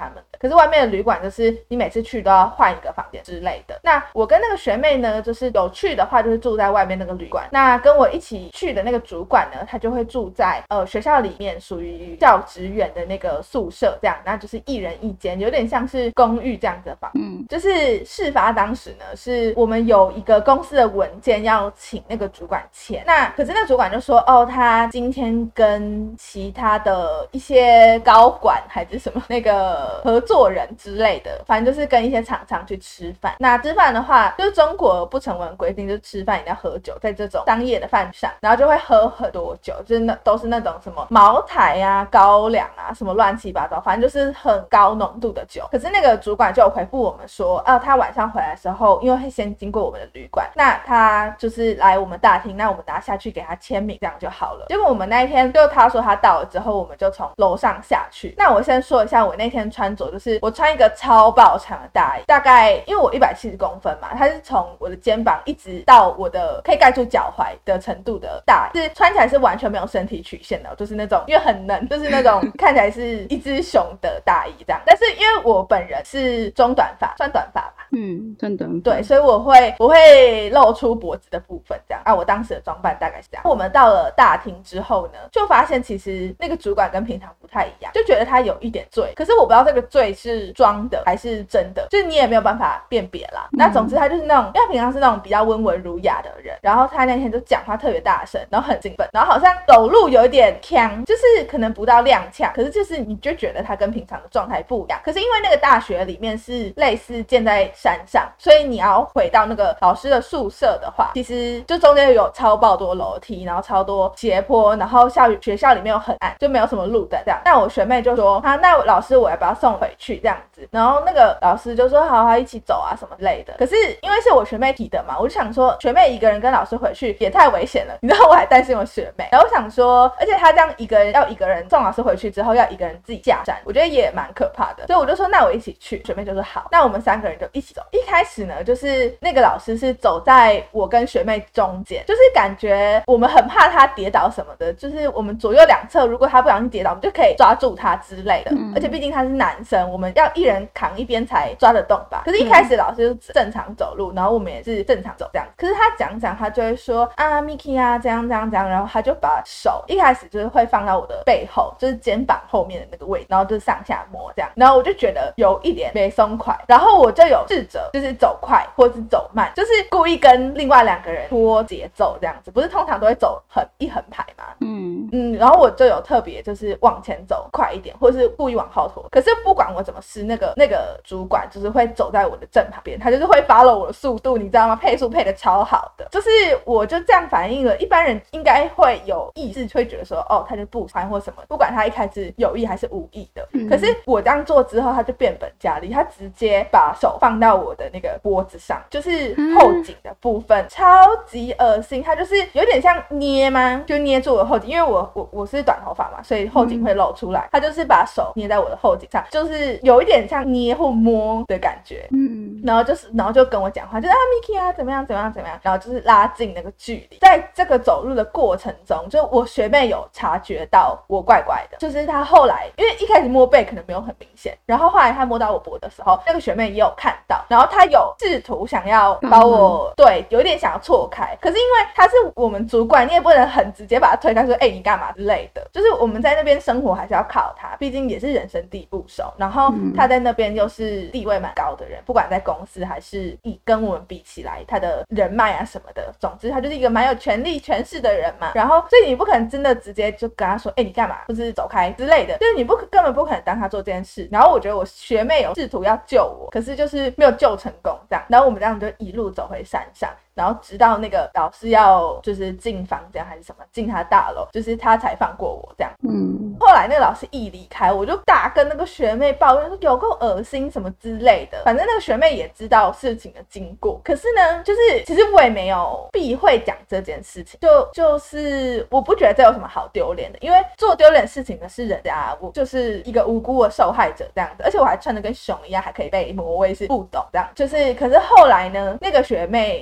可是外面的旅馆就是你每次去都要换一个房间之类的。那我跟那个学妹呢，就是有去的话就是住在外面那个旅馆，那跟我一起去的那个主管呢，他就会住在呃学校里面属于教职员的那个宿舍这样，那就是一人一间，有点像是公寓这样子的房。嗯，就是事发当时呢，是我们有一个公司的文件要请那个主管签，那可是那个主管就说哦，他今天跟其他的一些高管还是什么那个合作人之类的，反正就是跟一些厂商去吃饭。那吃饭的话，就是中国不成文规定，就是吃饭一定要喝酒，在这种商业的饭上，然后就会喝很多酒，就是那都是那种什么茅台啊、高粱啊，什么乱七八糟，反正就是很高浓度的酒。可是那个主管就有回复我们说，啊，他晚上回来的时候，因为会先经过我们的旅馆，那他就是来我们大厅，那我们拿下去给他签名，这样就好了。结果我们那一天就他说他到了之后，我们就从楼上下去。那我先说一下我那天穿着，就是我穿一个超爆长的大衣，大概因为我一百七十公分嘛，它是从我的肩膀一直到我的可以盖住脚踝的程度的大衣，是穿起来是完全没有身体曲线的，就是那种因为很嫩，就是那种看起来是一只熊的大衣这样。但是因为我本人是中短发，算短发吧， 嗯，算短发， 对，所以我会我会露出脖子的部分这样啊。我当时的装扮大概是这样。我们到了大厅之后呢，就发现其实那个主管跟平常不太一样，就觉得他有一点醉，可是我不知道这个醉是装的还是真的，就是你也没有办法辨别啦。那总之他就是那种，因为他平常是那种比较温文儒雅的人，然后他那天就讲话特别大声，然后很兴奋，然后好像走路有一点呛，就是可能不到踉跄，可是就是你就觉得他跟平常的状态不一样。可是因为那个大学里面是类似建在山上，所以你要回到那个老师的宿舍的话，其实就中间有超爆多楼梯，然后超多斜坡，然后校学校里面又很暗，就没有什么路灯这样。那我学妹就说啊，那老师我要不要送回去这样子？然后那个老师就说好好一起走啊什么类的。可是因为是我学妹提的嘛，我就想说学妹一个人跟老师回去也太危险了，你知道我还担心我学妹。然后我想说，而且她这样一个人要一个人送老师回去之后要一个人自己下山，我觉得也蛮可怕的。所以我就说那我一起去，学妹就说好，那我们三个人就一起走。一开始呢，就是那个老师是走在我跟学妹中间，就是感觉我们很怕他跌倒什么的，就是我们左右两侧如果他不小心跌倒，我们就可以抓住他之类的。嗯、而且毕竟他是男生，我们要一人扛一边才抓得动吧。可是一开始老师就正常走路，然后我们也是正常走这样。可是他讲讲，他就会说啊 Miki 啊这样这样这样，然后他就把手一开始就是会放到我的背后，就是肩膀后面的那个位置，然后就上下摸这样。然后我就觉得有一点没松快，然后我就有试着就是走快或是走慢，就是故意跟另外两个人拖节奏这样子，不是通常都会走很一横排吗？嗯嗯，然后我就有特别就是往前走快一点，或是故意往后拖。可是不管我怎么试，那个那个主管就是会走在我的正旁边，他就是会 follow 我的速度，你知道吗？配速配的超好的，就是我就这样反应了。一般人应该会有意识，会觉得说哦，他就不穿或什么，不管他一开始有意还是无意的。嗯、可是我这样做之后，他就变本加厉，他直接把手放到我的那个脖子上，就是后颈的部分，嗯、超级恶心。他就是有点像捏吗？就捏住我的后颈，因为我我我是短头发嘛，所以后颈会露出来。嗯、他就是把手捏在我的后颈上，就是有一点像捏或摸的感觉。嗯，然后就是然后就跟我讲话，就是啊 Miki 啊怎么样怎么样怎么样，然后就是拉近那个距离。在这个走路的过程中，就我学妹有察觉到我怪怪的，就是她后来因为一开始摸背可能没有很明显，然后后来她摸到我脖的时候，那个学妹也有看到，然后她有试图想要把我、嗯、对有点想要错开，可是因为她是我们主管，你也不能很直接把她推开说哎、欸、你干嘛之类的，就是我们在那边生活还是要靠她，毕竟也是人生地不熟，然后她在那边又是地位蛮高的人，不管在公司还是以跟我们比起来她的人脉啊什么的，总之她就是一个蛮有权力权势的人嘛，然后所以你不可能真的直接就跟她说哎、欸、你干嘛或是走开之类的，就是你不根本不可能当她做这件事。然后我觉得我学妹有试图要救我，可是就是没有救成功这样，然后我们这样就一路走回山上，然后直到那个老师要就是进房间还是什么进他大楼，就是他才放过我这样。嗯，后来那个老师一离开，我就大跟那个学妹抱怨说有够恶心什么之类的，反正那个学妹也知道事情的经过，可是呢就是其实我也没有避讳讲这件事情，就就是我不觉得这有什么好丢脸的，因为做丢脸事情的是人家，我就是一个无辜的受害者这样子，而且我还穿得跟熊一样，还可以被魔威是不懂这样，就是可是后来呢那个学妹因为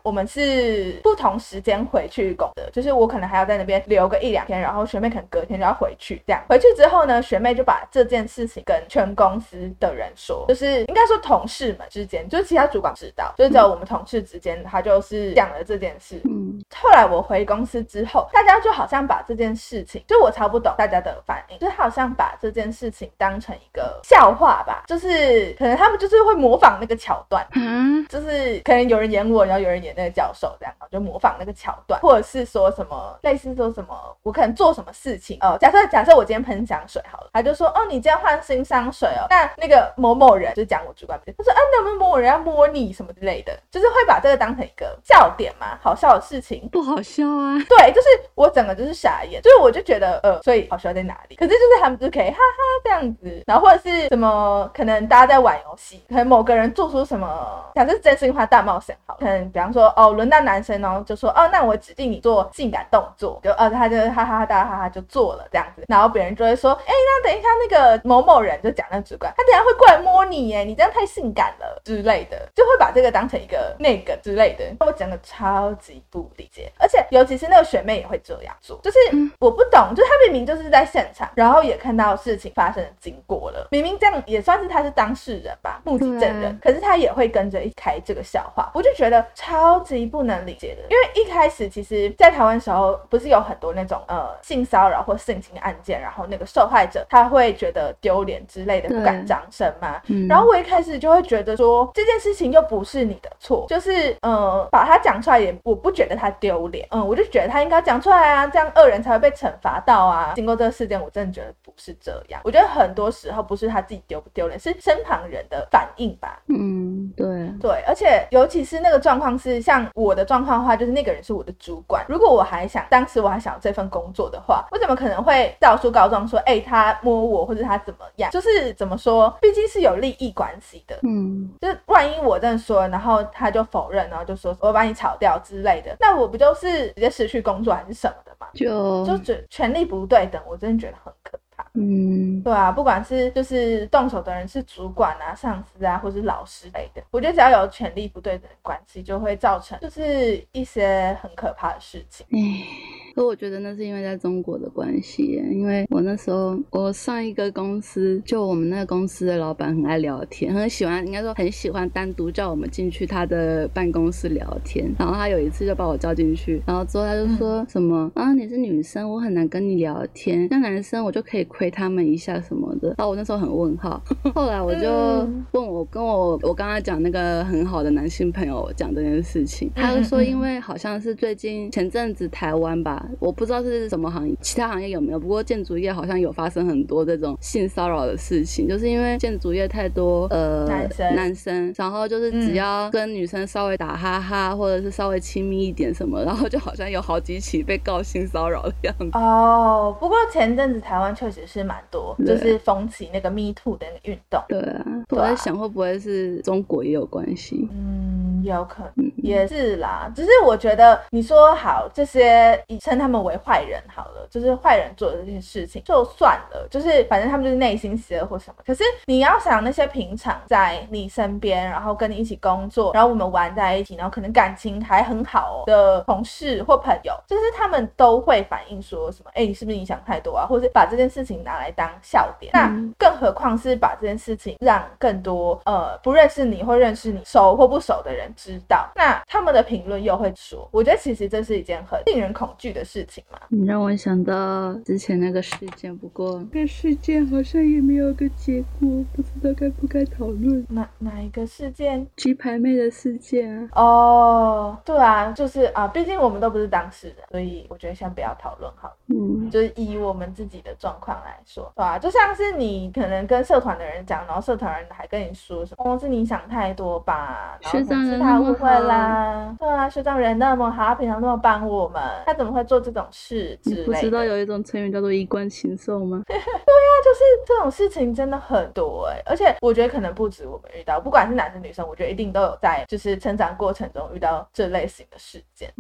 我们是不同时间回去工的，就是我可能还要在那边留个一两天，然后学妹可能隔天就要回去，这样回去之后呢，学妹就把这件事情跟全公司的人说，就是应该说同事们之间，就是其他主管知道，就是只有我们同事之间，他就是讲了这件事。嗯，后来我回公司之后，大家就好像把这件事情，就我超不懂大家的反应，就是好像把这件事情当成一个笑话吧，就是可能他们就是会模仿那个桥段，嗯，就是可能有人演我，然后有人演那个教授这样，就模仿那个桥段，或者是说什么类似说什么我可能做什么事情，呃，假设假设我今天喷香水好了，他就说哦你今天换新香水哦，那那个某某人就是讲我主管，他说啊那有没有某某人要摸你什么之类的，就是会把这个当成一个笑点嘛，好笑的事情， 不好笑啊。 对，就是我整个就是傻眼，就是我就觉得呃，所以好笑在哪里？可是就是他们就可以哈哈这样子，然后或者是什么，可能大家在玩游戏，可能某个人做出什么，假设真心话大冒险好，可能比方说哦，轮到男生哦，就说哦，那我指定你做性感动作，就呃，他就哈哈哈大家哈哈就做了这样子，然后别人就会说，哎，那等一下那个某某人就讲那主管，他等一下会过来摸你耶，你这样太性感了之类的，就会把这个当成一个那个之类的，我整个超级不理解，而且尤其是那个学妹也会这样做，就是我不懂，就是他明明就是在现场，然后也看到事情发生的经过了，明明这样也算是他是当事人吧，目击证人，可是他也会跟着一开这个笑话，我就觉得超级不能理解的。因为一开始其实在台湾的时候不是有很多那种呃性骚扰或性侵案件，然后那个受害者他会觉得丢脸之类的不敢张声嘛、嗯、然后我一开始就会觉得说这件事情又不是你的错，就是呃把他讲出来也我不觉得他丢脸，嗯，我就觉得他应该讲出来啊，这样恶人才会被惩罚到啊。经过这个事件我真的觉得不是这样，我觉得很多时候不是他自己丢不丢脸，是身旁人的反应吧。 嗯，对对，而且尤其是那个状况是像我的状况的话，就是那个人是我的主管，如果我还想当时我还想要这份工作的话，我怎么可能会到处告状说哎、欸，他摸我或者他怎么样，就是怎么说，毕竟是有利益关系的，嗯，就是万一我真的说然后他就否认，然后就说我把你炒掉之类的，那我不就是直接失去工作还是什么的嘛，就就觉权力不对等，我真的觉得很可怕。嗯，对啊，不管是就是动手的人是主管啊、上司啊，或是老师类的，我觉得只要有权力不对等的关系，就会造成就是一些很可怕的事情。 可我觉得那是因为在中国的关系耶，因为我那时候我上一个公司，就我们那个公司的老板很爱聊天，很喜欢，应该说很喜欢单独叫我们进去他的办公室聊天，然后他有一次就把我叫进去，然后之后他就说什么、嗯、啊你是女生我很难跟你聊天，像男生我就可以亏他们一下什么的，然后我那时候很问号，后来我就问我跟我我刚刚讲那个很好的男性朋友讲这件事情，他就说因为好像是最近前阵子台湾吧，我不知道是什么行业，其他行业有没有，不过建筑业好像有发生很多这种性骚扰的事情，就是因为建筑业太多呃男生男生，然后就是只要跟女生稍微打哈哈、嗯、或者是稍微亲密一点什么，然后就好像有好几起被告性骚扰的样子。 哦，不过前阵子台湾确实是蛮多，就是风起那个 Me Too 的那个运动。 对啊，我在想会不会是中国也有关系。 嗯，有可能、嗯、也是啦，只是我觉得你说好这些称他们为坏人好了，就是坏人做的这些事情就算了，就是反正他们就是内心邪恶或什么，可是你要想那些平常在你身边然后跟你一起工作，然后我们玩在一起，然后可能感情还很好的同事或朋友，就是他们都会反映说什么哎、欸，你是不是影响太多啊，或是把这件事情拿来当笑点、嗯、那更何况是把这件事情让更多呃不认识你或认识你熟或不熟的人知道，那他们的评论又会说，我觉得其实这是一件很令人恐惧的事情嘛。 你让我想到之前那个事件，不过那个事件好像也没有个结果，不知道该不该讨论。 哪哪一个事件？ 鸡排妹的事件啊。 哦，对啊，就是啊，毕竟我们都不是当事人，所以我觉得先不要讨论好了。嗯，就是以我们自己的状况来说，对啊，就像是你可能跟社团的人讲，然后社团人还跟你说什么哦，是你想太多吧， 学长人他误会啦，对啊，学长人那么好，他平常那么帮我们，他怎么会做这种事之类的？ 你不知道有一种成语叫做衣冠禽兽吗？ 对啊，就是这种事情真的很多哎、欸，而且我觉得可能不止我们遇到，不管是男生女生，我觉得一定都有在就是成长过程中遇到这类型的事件。嗯。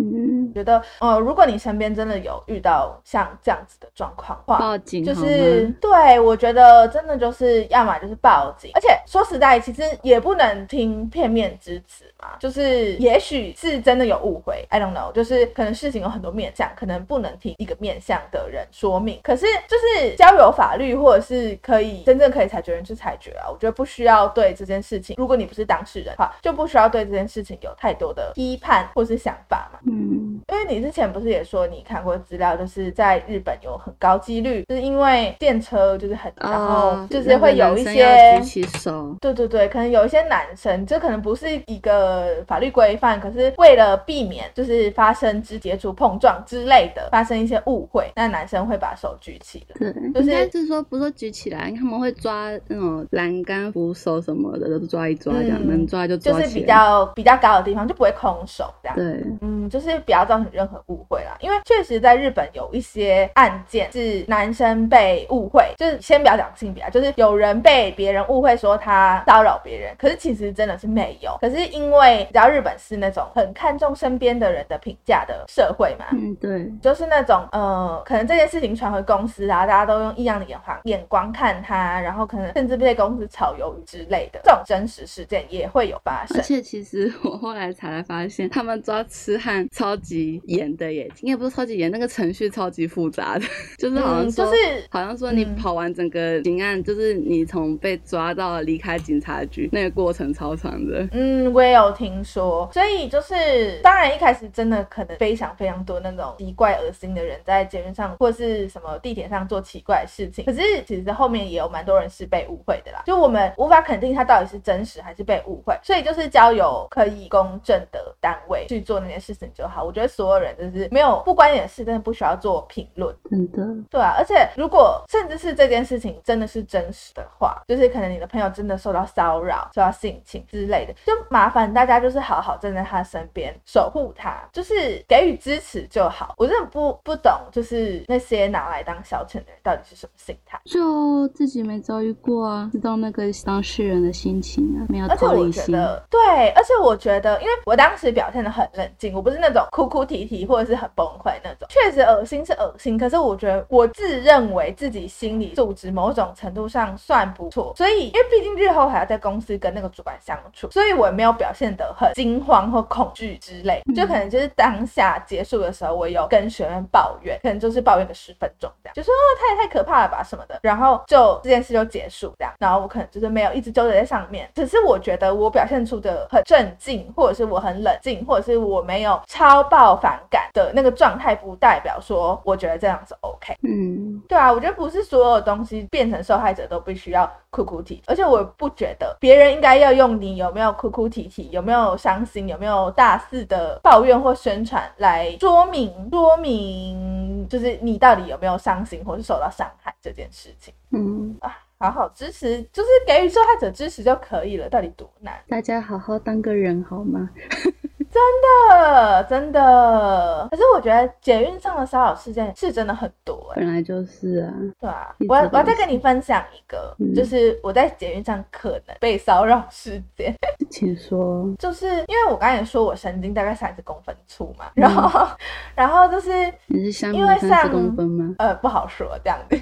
觉得呃，如果你身边真的有遇到像这样子的状况的话， 报警就是对，我觉得真的就是要么就是报警，而且说实在其实也不能听片面之词嘛，就是也许是真的有误会 I don't know， 就是可能事情有很多面向，可能不能听一个面向的人说明，可是就是交由法律或者是可以真正可以裁决人去裁决啊，我觉得不需要对这件事情，如果你不是当事人的话，就不需要对这件事情有太多的批判或是想法嘛。 嗯， 因为你之前不是也说你看过资料，就是在日本有很高几率就是因为电车就是很、哦、然后就是会有一些举起手， 对对对，可能有一些男生这可能不是一个法律规范，可是为了避免就是发生肢接触碰撞之类的发生一些误会，那男生会把手举起了。 对， 就是应该是说不是说举起来，他们会抓那种栏杆扶手什么的都抓一抓这样、嗯、能抓就抓起来， 就是比较比较高的地方就不会空手这样。 对， 嗯，就是不要造成任何误会啦，因为确实在日本有一些案件是男生被误会，就是先不要讲性别，就是有人被别人误会说他骚扰别人，可是其实真的是没有，可是因为你知道日本是那种很看重身边的人的评价的社会嘛， 嗯，对， 就是那种呃，可能这件事情传回公司啊，大家都用异样的眼光眼光看他，然后可能甚至被公司炒鱿鱼之类的，这种真实事件也会有发生。 而且其实我后来才发现，他们抓痴汉超级严的耶，应该不是超级严，那个程序超级复杂的，就是好像说，嗯、就是好像说你跑完整个刑案，嗯、就是你从被抓到离开警察局那个过程超长的。 嗯，我也有听说，所以就是当然一开始真的可能非常非常多那种奇怪恶心的人在捷运上或是什么地铁上做奇怪的事情，可是其实后面也有蛮多人是被误会的啦，就我们无法肯定他到底是真实还是被误会，所以就是交由可以公正的单位去做那件事情就好。我觉得所有人就是没有不关你的事，真的不需要做评论。 真的， 对啊，而且如果甚至是这件事情真的是真实的话，就是可能你的朋友真的受到骚扰、受到性侵之类的，就麻烦大家就是好好站在他身边守护他，就是给予支持就好。我真的不不懂，就是那些拿来当消遣的人到底是什么心态， 就自己没遭遇过啊，知道那个当事人的心情啊，没有同理心。 对，而且我觉得，因为我当时表现得很冷静，我不是那种哭哭啼啼或者是很崩溃那种，确实恶心是恶心，可是我觉得我自认为自己心理素质某种程度上算不错，所以因为毕竟日后还要在公司跟那个主管相处，所以我也没有表现得很惊慌或恐惧之类，就可能就是当下结束的时候，我有跟学员抱怨，可能就是抱怨个十分钟这样，就说、哦、太太可怕了吧什么的，然后就这件事就结束这样，然后我可能就是没有一直揪着在上面，只是我觉得我表现出的很镇静，或者是我很冷静，或者是我没有超爆反感的那个状态，不代表说我觉得这样是 OK。 嗯，对啊，我觉得不是所有东西变成受害者都必须要哭哭啼啼，而且我不觉得别人应该要用你有没有哭哭啼啼，有没有伤心，有没有大肆的抱怨或宣传来说明说明就是你到底有没有伤心或是受到伤害这件事情。嗯啊，好好支持，就是给予受害者支持就可以了，到底多难？ 大家好好当个人好吗？ 真的真的，可是我觉得捷运上的骚扰事件是真的很多、欸、 本来就是啊。 对啊，我要我要再跟你分享一个、嗯、就是我在捷运上可能被骚扰事件。 请说。就是因为我刚才也说我神经大概三十公分粗嘛，然后、嗯、然后就是你是下面三十公分吗？ 呃不好说这样子。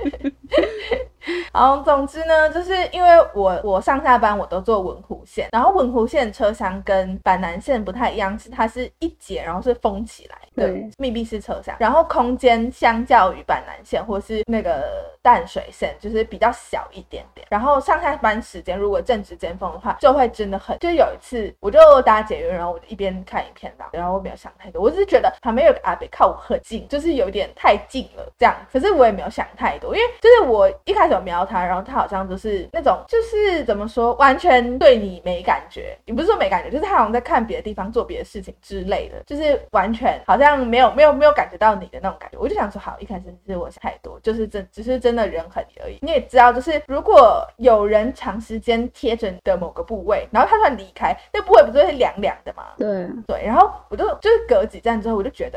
好，总之呢，就是因为我我上下班我都坐文湖线，然后文湖线车厢跟板南线不太一样，是它是一节然后是封起来的密闭式车厢，然后空间相较于板南线或是那个淡水线就是比较小一点点，然后上下班时间如果正值尖峰的话就会真的很，就有一次我就搭捷运，然后我就一边看影片然后我没有想太多，我只是觉得旁边有个阿伯靠我很近，就是有点太近了这样，可是我也没有想太多，因为就是我一开始有瞄他，然后他好像就是那种就是怎么说完全对你没感觉，也不是说没感觉，就是他好像在看别的地方做别的事情之类的，就是完全好像没有没有没有感觉到你的那种感觉。我就想说好，一开始是我想太多，就是真只是真的人很而已。你也知道，就是如果有人长时间贴着你的某个部位，然后他突然离开，那部位不是会凉凉的吗？ 对对，然后我就就是隔几站之后我就觉得嗯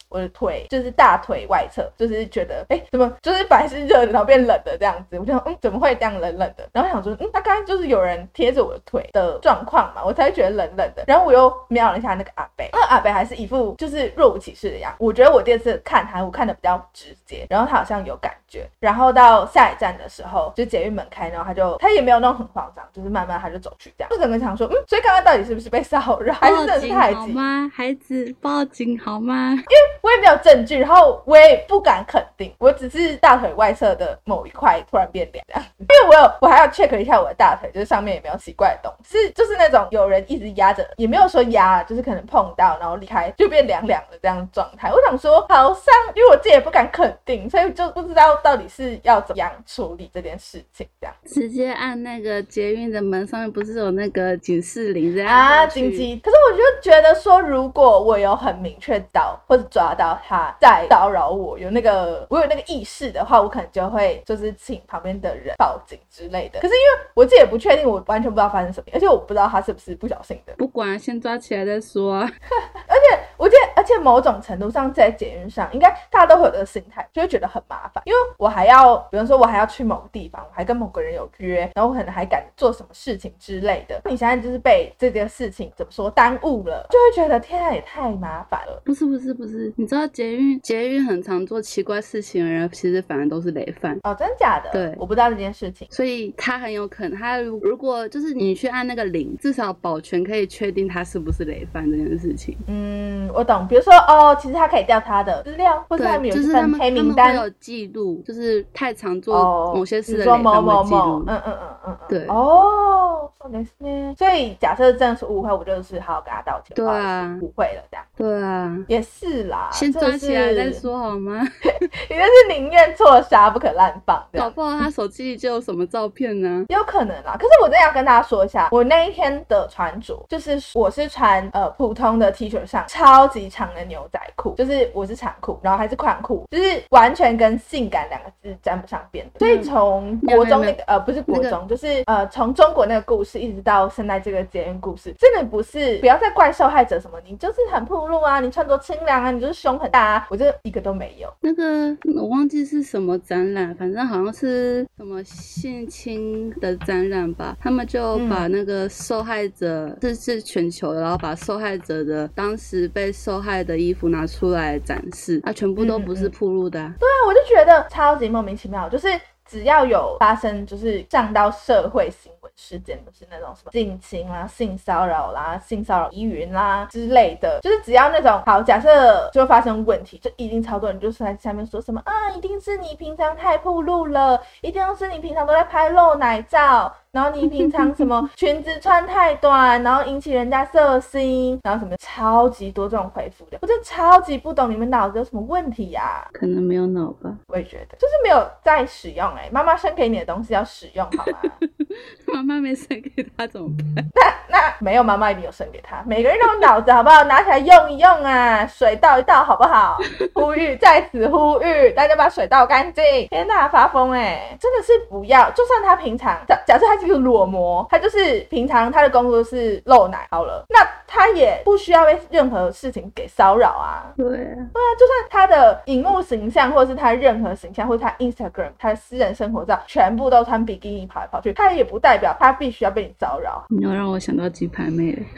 我的腿就是大腿外侧，就是觉得哎怎么就是本来是热的然后变冷的这样子，我就想嗯怎么会这样冷冷的，然后想说嗯大概就是有人贴着我的腿的状况嘛，我才会觉得冷冷的。然后我又瞄了一下那个阿伯，那个阿伯还是一副就是若无其事的样子，我觉得我第二次看他我看的比较直接，然后他好像有感觉，然后到下一站的时候就捷运门开，然后他就他也没有那种很慌张，就是慢慢他就走去这样，就整个想说嗯所以刚刚到底是不是被骚扰还是真的是太急报警好吗？孩子报警好吗？ 因为我也没有证据，然后我也不敢肯定，我只是大腿外侧的某一块突然变凉这样子，因为我有我还要 check 一下我的大腿，就是上面有没有奇怪的东西，是就是那种有人一直压着，也没有说压，就是可能碰到然后离开就变凉凉的这样的状态。我想说好像因为我自己也不敢肯定，所以就不知道到底是要怎么样处理这件事情这样。 直接按那个捷运的门上面不是有那个警示铃这样啊紧急，可是我就觉得说如果我有很明确到或者抓到他在骚扰我，有那个我有那个意识的话，我可能就会就是请旁边的人报警之类的。可是因为我自己也不确定，我完全不知道发生什么，而且我不知道他是不是不小心的。 不管先抓起来再说啊。 而且我觉得而且某种程度上在捷运上应该大家都会有这个心态，就会觉得很麻烦，因为我还要比如说我还要去某个地方，我还跟某个人有约，然后我可能还赶做什么事情之类的，你现在就是被这件事情怎么说耽误了，就会觉得天啊也太麻烦了。 不是不是不是，你知道捷运捷运很常做奇怪事情的人其实反而都是累犯哦，真假的？ 对， 我不知道这件事情， 所以他很有可能他如果就是你去按那个铃，至少保全可以确定他是不是累犯这件事情。 嗯，我懂，比如说哦其实他可以调他的资料，或是他们有一份黑名单， 就是他们会有记录，就是太常做某些事的累犯会记录。 嗯嗯嗯嗯嗯， 对哦，そうですね。所以假设真的是误会，我就是好好跟他道歉， 对啊， 误会了这样。 对啊， 也是啦， 先抓起来再说好吗？ 你这是宁愿错杀不可滥放， 搞不好他手机里就有什么照片呢？ 有可能啦。可是我真的要跟大家说一下，我那一天的穿着，就是我是穿呃普通的 T 恤上超级长的牛仔裤，就是我是长裤，然后还是宽裤，就是完全跟性感两个字沾不上边的。所以从国中那个呃不是国中，那个、就是呃从中国那个故事一直到现在这个捷运故事，真的不是不要再怪受害者什么，你就是很暴露啊，你穿着清凉啊，你就是胸很大啊，我这一个都没有。 那个我忘记是什么展览，反正好像是什么性侵的展览吧，他们就把那个受害者，这、嗯、是全球的，然后把受害者的当时被受害的衣服拿出来展示，啊，全部都不是暴露的、啊嗯嗯。对啊，我就觉得超级莫名其妙，就是只要有发生，就是上到社会新闻事件，就是那种什么性侵啦、性骚扰啦、性骚扰疑云啦之类的，就是只要那种好，假设就发生问题，就一定超多人就是在下面说什么啊，一定是你平常太暴露了，一定是你平常都在拍露奶照。然后你平常什么裙子穿太短，然后引起人家色心，然后什么超级多这种回复的，我真的超级不懂你们脑子有什么问题呀、啊？ 可能没有脑吧， 我也觉得，就是没有在使用哎、欸，妈妈生给你的东西要使用好吗？ 妈妈没生给他怎么办？ 那那没有，妈妈一定有生给他，每个人都有脑子好不好？拿起来用一用啊，水倒一倒好不好？呼吁在此呼吁大家把水倒干净。天哪，发疯哎、欸，真的是不要，就算他平常假假设他是一个裸模，他就是平常他的工作是露奶好了，那他也不需要被任何事情给骚扰啊。 对啊， 对啊，就算他的荧幕形象，或者是他任何形象，或者他 Instagram 他的私人生活照全部都穿比基尼跑来跑去，他也不代表他必须要被你骚扰。 你要让我想到鸡排妹了。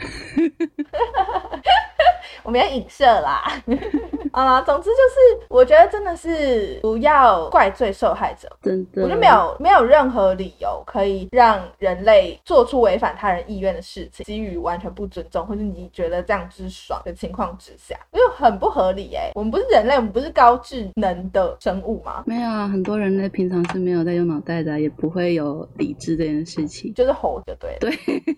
我们要影射啦。好啦，总之就是我觉得真的是不要怪罪受害者， 真的， 我觉得没有没有任何理由可以让人类做出违反他人意愿的事情，基于完全不尊重或是你觉得这样之爽的情况之下，就很不合理耶、欸。我们不是人类，我们不是高智能的生物吗？ 没有啊，很多人类平常是没有在用脑袋的，也不会有理智这件事情， 就是猴就对了。 对。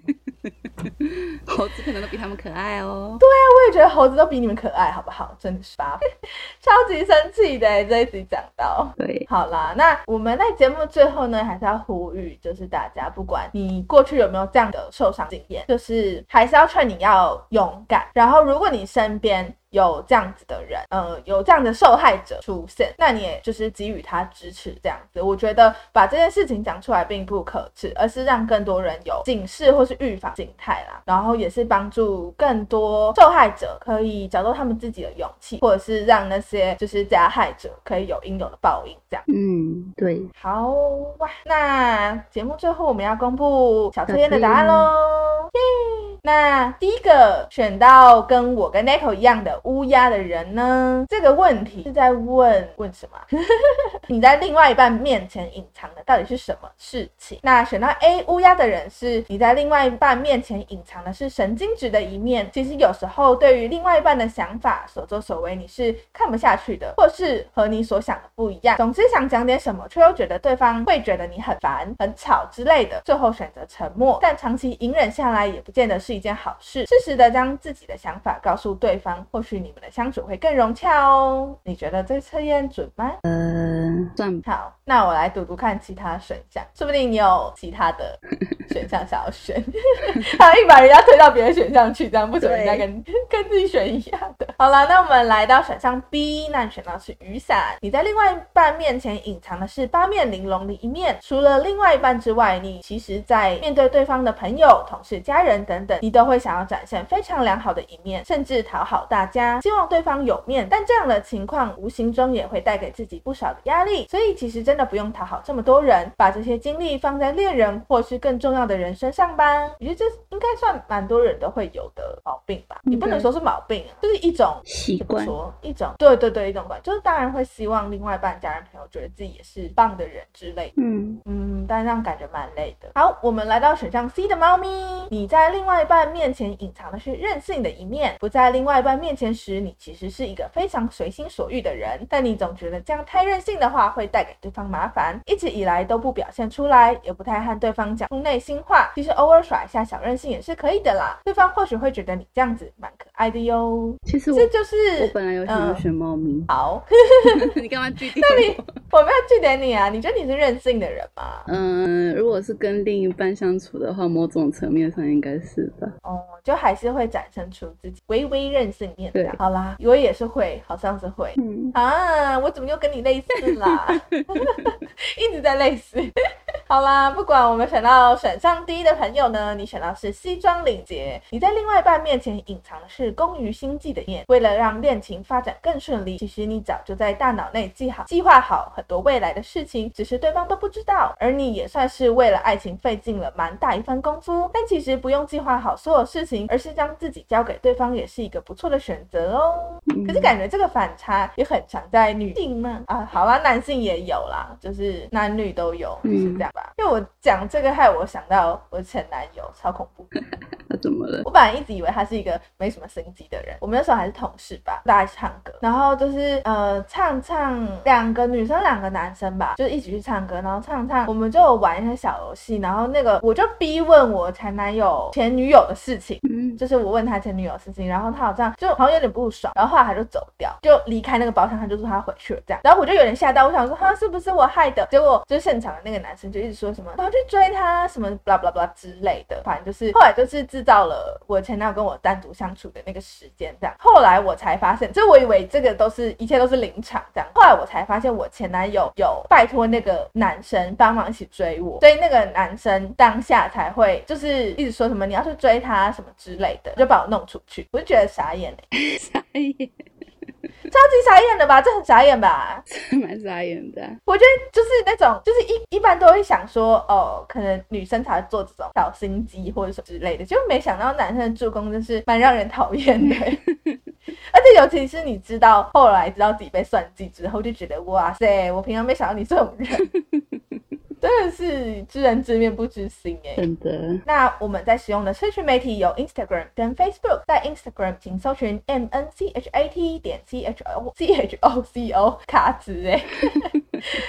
猴子可能都比他们可爱哦。 对啊，我也觉得猴子都比你们可爱，好不好？真的是吧？超级生气的这一集讲到。 对， 好啦，那我们在节目最后呢，还是要呼吁，就是大家不管你过去有没有这样的受伤经验，就是还是要劝你要勇敢。然后，如果你身边有这样子的人，呃，有这样的受害者出现，那你也就是给予他支持这样子。我觉得把这件事情讲出来并不可耻，而是让更多人有警示或是预防心态啦，然后也是帮助更多受害者可以找到他们自己的勇气，或者是让那些就是加害者可以有应有的报应这样。 嗯，对。 好哇，那节目最后我们要公布小测验的答案咯。耶！那第一个选到跟我跟 Neko 一样的乌鸦的人呢，这个问题是在问问什么？你在另外一半面前隐藏的到底是什么事情？那选到 A 乌鸦的人是你在另外一半面前隐藏的是神经质的一面，其实有时候对于另外一半的想法所作所为你是看不下去的，或是和你所想的不一样，总之想讲点什么却又觉得对方会觉得你很烦很吵之类的，最后选择沉默，但长期隐忍下来也不见得是一件好事。适时的将自己的想法告诉对方，或许你们的相处会更融洽哦。你觉得这个测验准吗？ 呃，算吧。 好，那我来读读看其他选项，说不定你有其他的选项想要选。他硬把人家推到别的选项去，这样不准人家跟跟自己选一样的。好啦，那我们来到选项 B， 那你选到的是雨伞。你在另外一半面前隐藏的是八面玲珑的一面，除了另外一半之外，你其实在面对对方的朋友、同事、家人等等，你都会想要展现非常良好的一面，甚至讨好大家，希望对方有面。但这样的情况无形中也会带给自己不少的压力，所以其实真的不用讨好这么多人，把这些精力放在恋人或是更重要的人身上吧。我觉得这应该算蛮多人都会有的毛病吧，你不能说是毛病，就是一种习惯， 说一种对对对一种惯，就是当然会希望另外一半、家人、朋友觉得自己也是棒的人之类的。 嗯嗯，但这样感觉蛮累的。好，我们来到选项 C 的猫咪，你在另外一半面前隐藏的是任性的一面，不在另外一半面前时，你其实是一个非常随心所欲的人，但你总觉得这样太任性的话会带给对方麻烦，一直以来都不表现出来，也不太和对方讲出内心话。其实偶尔耍一下小任性也是可以的啦，对方或许会觉得你这样子蛮可爱的哟。 其实我这就是我本来有想要选猫咪。 嗯、好， 你干嘛拒绝那你我没有拒绝你啊？你觉得你是任性的人吗？ 嗯，如果是跟另一半相处的话，某种层面上应该是吧。 哦，就还是会展现出自己微微任性面。 对， 好啦，我也是会，好像是会。嗯啊，我怎么又跟你类似啦？一直在类似。好啦，不管我们选到选项第一的朋友呢，你选到是西装领结，你在另外一半面前隐藏的是工于心计的一面，为了让恋情发展更顺利，其实你早就在大脑内计好计划好很多未来的事情，只是对方都不知道，而你也算是为了爱情费尽了蛮大一番功夫。但其实不用计划好所有事情，而是将自己交给对方也是一个不错的选择哦。嗯、可是感觉这个反差也很常在女性呢啊，好啦，男性也有啦，就是男女都有，就是这样吧。因为我讲这个害我想到我前男友，超恐怖。 他怎么了？ 我本来一直以为他是一个没什么心机的人，我们那时候还是同事吧，大家一起唱歌，然后就是呃唱唱两个女生两个男生吧，就是一起去唱歌，然后唱唱，我们就有玩一些小游戏，然后那个我就逼问我前男友前女友的事情，嗯，就是我问他前女友的事情，然后他好像就好像有点不爽，然后后来他就走掉，就离开那个包厢，他就说他回去了这样，然后我就有点吓到，我想说他是不是我害的，结果就是现场的那个男生就一直说什么我要去追他什么 blah blah blah 之类的，反正就是后来就是制造了我前男友跟我单独相处的那个时间这样，后来我才发现，就我以为这个都是一切都是临场这样，后来我才发现我前男友有拜托那个男生帮忙一起追我，所以那个男生当下才会就是一直说什么你要去追他什么之类的，就把我弄出去，我就觉得傻眼欸傻眼超级傻眼的吧，这很傻眼吧， 蛮傻眼的、啊。 我觉得就是那种，就是一一般都会想说，哦，可能女生才会做这种小心机或者什么之类的，就没想到男生的助攻真是蛮让人讨厌的。而且尤其是你知道后来知道自己被算计之后，就觉得哇塞，我平常没想到你这种人。真的是知人知面不知心耶， 真的。 那我们在使用的社群媒体有 Instagram 跟 Facebook， 在 Instagram 请搜寻 M N C H A T 点 C H O C H O C O 卡子耶。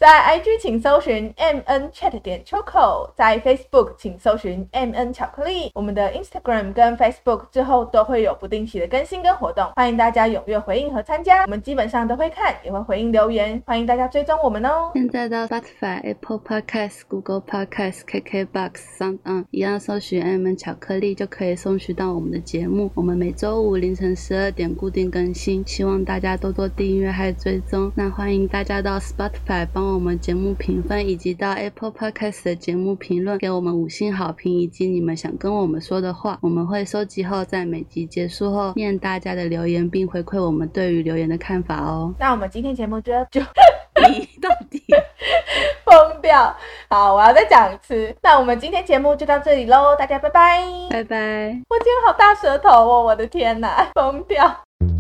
在 I G 请搜寻 M N chat 点 choco， 在 Facebook 请搜寻 M N 巧克力。我们的 Instagram 跟 Facebook 之后都会有不定期的更新跟活动，欢迎大家踊跃回应和参加，我们基本上都会看，也会回应留言，欢迎大家追踪我们哦。 现在到 Spotify、Apple Podcast、Google Podcast、K K Box、SoundOn 一样搜寻 M N 巧克力就可以搜寻到我们的节目。我们每周五凌晨十二点固定更新，希望大家多多订阅和追踪。那欢迎大家到 Spotify 帮我们节目评分，以及到 Apple Podcast 的节目评论给我们五星好评，以及你们想跟我们说的话，我们会收集后在每集结束后念大家的留言，并回馈我们对于留言的看法哦。 那我们今天节目就就你到底疯掉。好，我要再讲一次。那我们今天节目就到这里咯，大家拜拜。 拜拜。 我今天好大舌头哦，我的天哪，疯掉。